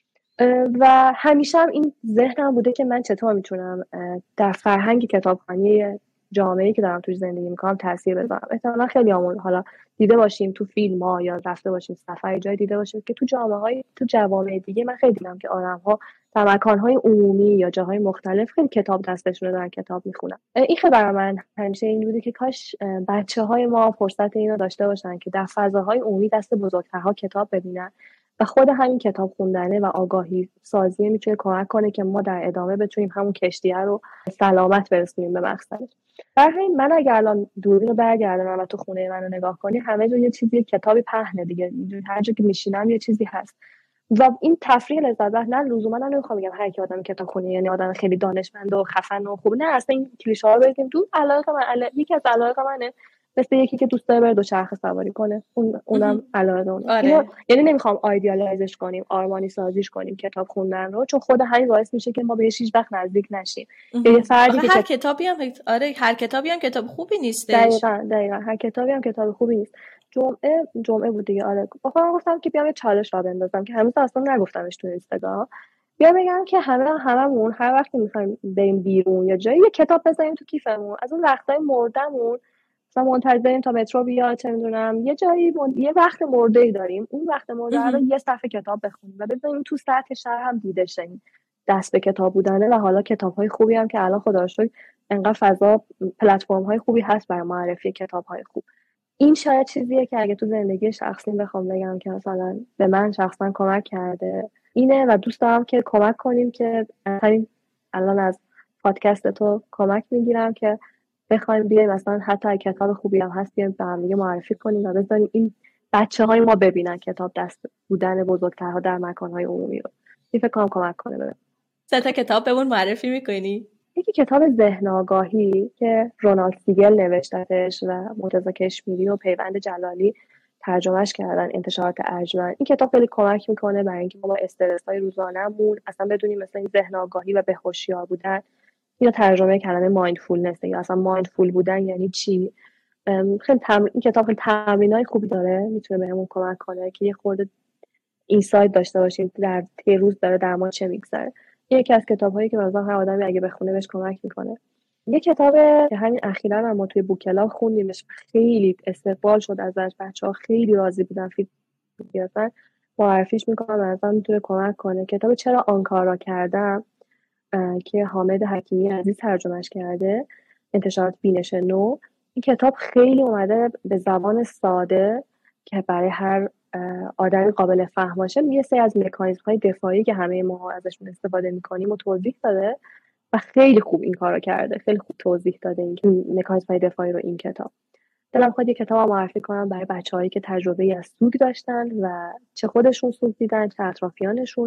و همیشه هم این ذهنم بوده که من چطور میتونم در فرهنگ کتابخوانی جامعه‌ای که دارم توش زندگی میکنم تاثیر بذارم. احتمالاً خیلی همون حالا دیده باشیم تو فیلم ها یا رفته باشیم سفر جای دیده باشیم که تو جامعه‌های تو جوامع دیگه من خیلی دیدم که آدم‌ها در مکان‌های عمومی یا جاهای مختلف خیلی کتاب دستشون رو دارن کتاب میخونن. این خیلی برای من همیشه این بوده که کاش بچه‌های ما فرصت اینو داشته باشن که در فضاهای عمومی دست بزرگترها کتاب ببینن و خود همین کتاب خوندنه و آگاهی سازی میتونه کمک کنه که ما در ادامه بتونیم همون کشتیه رو سلامت برسونیم به مقصدش. برای همین من اگر الان دوربین رو برگردونم و تو خونه منو نگاه کنی، همه جا یه چیزی، کتابی پهنه دیگه، هر جا که میشینم یه چیزی هست و این تفریح لذت بخش. نه لزوما من نمیخوام بگم هر کی آدم کتابخونه یعنی آدم خیلی دانشمند و خفن و خوب، نه اصلا این کلیشه ها رو بگیم تو. علاقه من علاقه یکی از علاقه منه مثل یکی که دوست داره بره دوچرخه سواری کنه، اون اونم علاقه اونه. آره. یعنی نمیخوام آیدیالایزش کنیم، آرمانی سازیش کنیم کتاب خوندن رو، چون خود همین باعث میشه که ما به هیچ وقت نزدیک نشیم. یه فردی که هر کتابی هم آره هر کتابی هم کتاب خوبی نیستش. دقیقاً دقیقاً هر کتابی هم کتاب خوبی نیست. جمعه جمعه بود دیگه. آره بخوام گفتم که بیام یه چالش را بندازم که هنوز اصلا نگفتمش تو اینستاگرام. بیام بگم که همه هممون هر وقتی میخوایم بریم بیرون یا جایی، یه کتاب بذاریم تو کیفمون، از اون وقتای مردمون مثلا منتظریم تا مترو بیاد، چه میدونم یه جایی مد... یه وقت مرده‌ای داریم، اون وقت مرده رو یه صفحه کتاب بخونیم و بذاریم تو سطح شهر هم دیده شه دست به کتاب بودنه. و حالا کتاب‌های خوبی هم که الان خدا رو شکر انقدر فضا پلتفرم‌های خوبی هست برای معرفی کتاب‌های خوب. این شاید چیزیه که اگه تو زندگی شخصیم بخوام بگم که مثلا به من شخصا کمک کرده اینه و دوست دارم که کمک کنیم که همین الان از پادکست تو کمک میگیرم که بخوایم بیایم مثلا حتی کتاب خوبی هم هست بیایم به هم دیگه معرفی کنیم و بذاریم این بچه‌های ما ببینن کتاب دست بودن بزرگترها در مکان‌های عمومی رو. این فکر کنم کمک کنه. ببین سه تا کتاب بهمون معرفی می‌کنی؟ یکی کتاب ذهن آگاهی که رونالد سیگل نوشتهش و مرتضی کشمیری و پیوند جلالی ترجمهش کردن، انتشارات ارجمند. این کتاب خیلی کمک میکنه برای اینکه ما با استرس‌های روزانه‌مون اصلا بدونیم مثلا این ذهن آگاهی و بهوشیار بودن یا ترجمه کلمه مایندفولنس یا اصلا مایندفول بودن یعنی چی. خیلی تمرین این کتاب خیلی تمرینای خوبی داره، میتونه بهمون کمک کنه که یه خورده اینسایت داشته باشیم در طی روز داره در ما چه میگذره. یکی از کتاب‌هایی که مثلا هر آدمی اگه بخونه بهش کمک میکنه. یه کتاب که همین اخیراً هم ما توی بوک کلاب خوندیمش، خیلی استقبال شد ازش، بچه‌ها خیلی راضی بودن، فیدبک دادن. معرفیش میکنم، مثلا میتونه کمک کنه. کتاب چرا آن کار را کردم که حامد حکیمی عزیز ترجمهش کرده، انتشارات بینش نو. این کتاب خیلی اومده به زبان ساده که برای هر آدمی قابل فهم باشه، یه سری از مکانیزم‌های دفاعی که همه ما ازشون استفاده می‌کنیم و توضیح داده و خیلی خوب این کارو کرده، خیلی خوب توضیح داده این مکانیزم‌های دفاعی رو این کتاب. دلم خواهد یه کتاب معرفی کنم برای بچه‌هایی که تجربه از سوگ داشتن و چه خودشون سوگ دیدن چه اطرافیانشون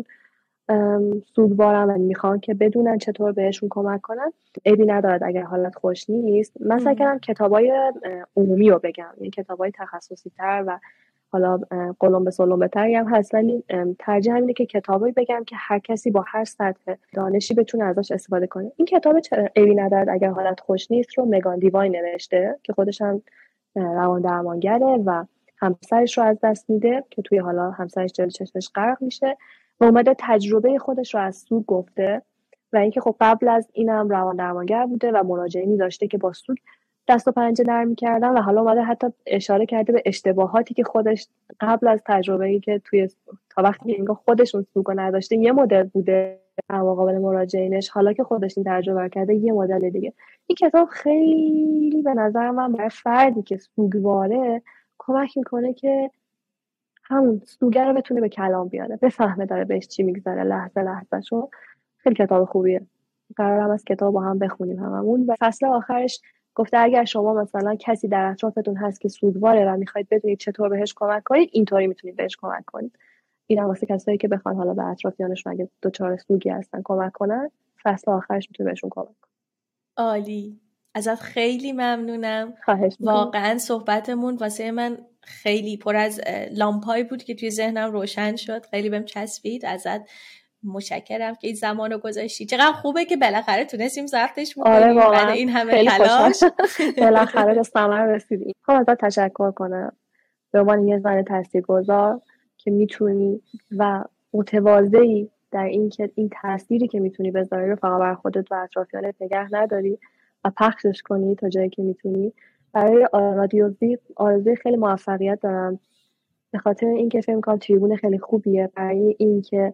سوگوارن و میخوان که بدونن چطور بهشون کمک کنن. عیبی ندارد اگر حالت خوش نیست. من سعی کردم کتابای عمومی رو بگم، یعنی کتابای تخصصی تر و حالا قلم به سلم بهتری هم هست، ولی ترجیح اینه که کتابایی بگم که هر کسی با هر سطح دانشی بتونه ازش استفاده کنه. این کتاب عیبی ندارد اگر حالت خوش نیست رو مگان دیوای نوشته که خودش هم روان درمانگره و همسرش رو از دست میده که توی حالا همسرش جلوی چشمش غرق میشه و اومده تجربه خودش رو از سوگ گفته و اینکه خب قبل از اینم روان درمانگر بوده و مراجعینی داشته که با سوگ دست و پنجه نرم می‌کردن و حالا اومده حتی اشاره کرده به اشتباهاتی که خودش قبل از تجربه‌ای که توی تا وقتی که انگار خودشون سوگ نداشته یه مدل بوده در مقابل مراجعینش، حالا که خودش این تجربه کرده یه مدل دیگه. این کتاب خیلی به نظر من برای فردی که سوگواره کمک میکنه که همون سوگر رو بتونه به کلام بیاره، بفهمه داره بهش چی میگذره لحظه لحظه شو. خیلی کتاب خوبیه، قرارم از کتاب با هم بخونیم هممون. و فصل آخرش گفته اگر شما مثلا کسی در اطرافتون هست که سوگواره و میخواید بدونید چطور بهش کمک کنید، اینطوری میتونید بهش کمک کنید. این هم واسه کسایی که بخوان حالا به اطرافیانشون اگه دچار سوگی هستن کمک کنن، فصل آخرش میتونه بهشون کمک کنه. عالی، ازت خیلی ممنونم. خواهش میکنم. واقعا صحبتمون واسه من خیلی پر از لامپایی بود که توی ذهنم روشن شد، خیلی بهم چسبید. ازت متشکرم که این زمانو گذاشتی. چقدر خوبه که بالاخره تونستیم ضبطش بکنیم. آره بعد این همه تلاش بالاخره به ثمر رسیدیم. خب ازت تشکر کنم به عنوان یه زن تاثیرگذار که میتونی و متواضعی در این که این تأثیری که میتونی بذاری رو فقط بر خودت و اطرافیانت نگه نداری و پخشش کنی تا جایی که میتونی. برای رادیو زی آرزوی خیلی موفقیت دارم، به خاطر اینکه فکر می‌کنم تریبون خیلی خوبیه برای اینکه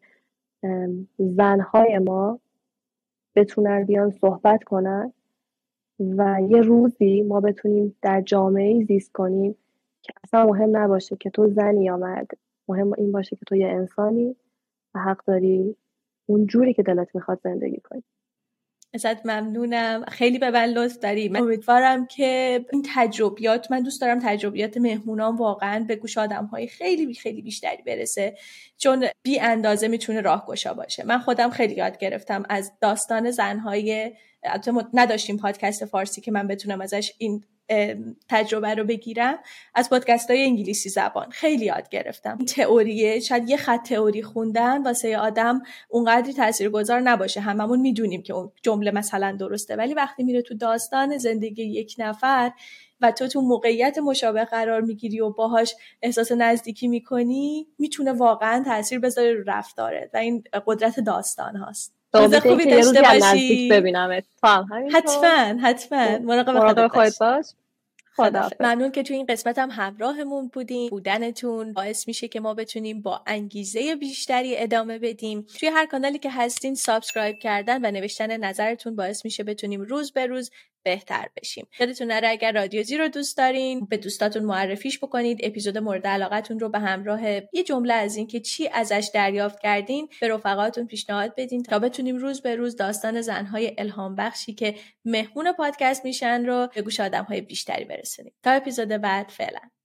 زنهای ما بتونن بیان صحبت کنن و یه روزی ما بتونیم در جامعه‌ای زیست کنیم که اصلا مهم نباشه که تو زنی یا مرد، مهم این باشه که تو یه انسانی و حق داری اون جوری که دلت میخواد زندگی کنی. ازت ممنونم، خیلی به من لطف داری. من امیدوارم که این تجربیات، من دوست دارم تجربیات مهمونان واقعا به گوش آدم‌های خیلی خیلی بیشتری برسه، چون بی اندازه میتونه راهگشا باشه. من خودم خیلی یاد گرفتم از داستان زن‌های، البته نداشتیم پادکست فارسی که من بتونم ازش این تجربه رو بگیرم، از پادکست های انگلیسی زبان خیلی یاد گرفتم. این تئوریه، شاید یه خط تئوری خوندن واسه آدم اونقدری تاثیرگذار نباشه، هممون میدونیم که اون جمله مثلا درسته، ولی وقتی میره تو داستان زندگی یک نفر و تو تو موقعیت مشابه قرار میگیری و باهاش احساس نزدیکی میکنی، میتونه واقعا تاثیر بذاره رو رفتارت و این قدرت داستان هاست. روز خوبی داشته باشی. ببینمت. حتما حتما مراقب خودت باش. خداحافظ. ممنون که توی این قسمت هم همراهمون بودین. بودنتون باعث میشه که ما بتونیم با انگیزه بیشتری ادامه بدیم. توی هر کانالی که هستین سابسکرایب کردن و نوشتن نظرتون باعث میشه بتونیم روز به روز بهتر بشیم. یادتون نره اگر رادیو زی رو دوست دارین به دوستاتون معرفیش بکنید. اپیزود مورد علاقتون رو به همراه یه جمله از این که چی ازش دریافت کردین به رفقاتون پیشنهاد بدین تا بتونیم روز به روز داستان زنهای الهام بخشی که مهمون پادکست میشن رو به گوش آدم‌های بیشتری برسونیم. تا اپیزود بعد، فعلا.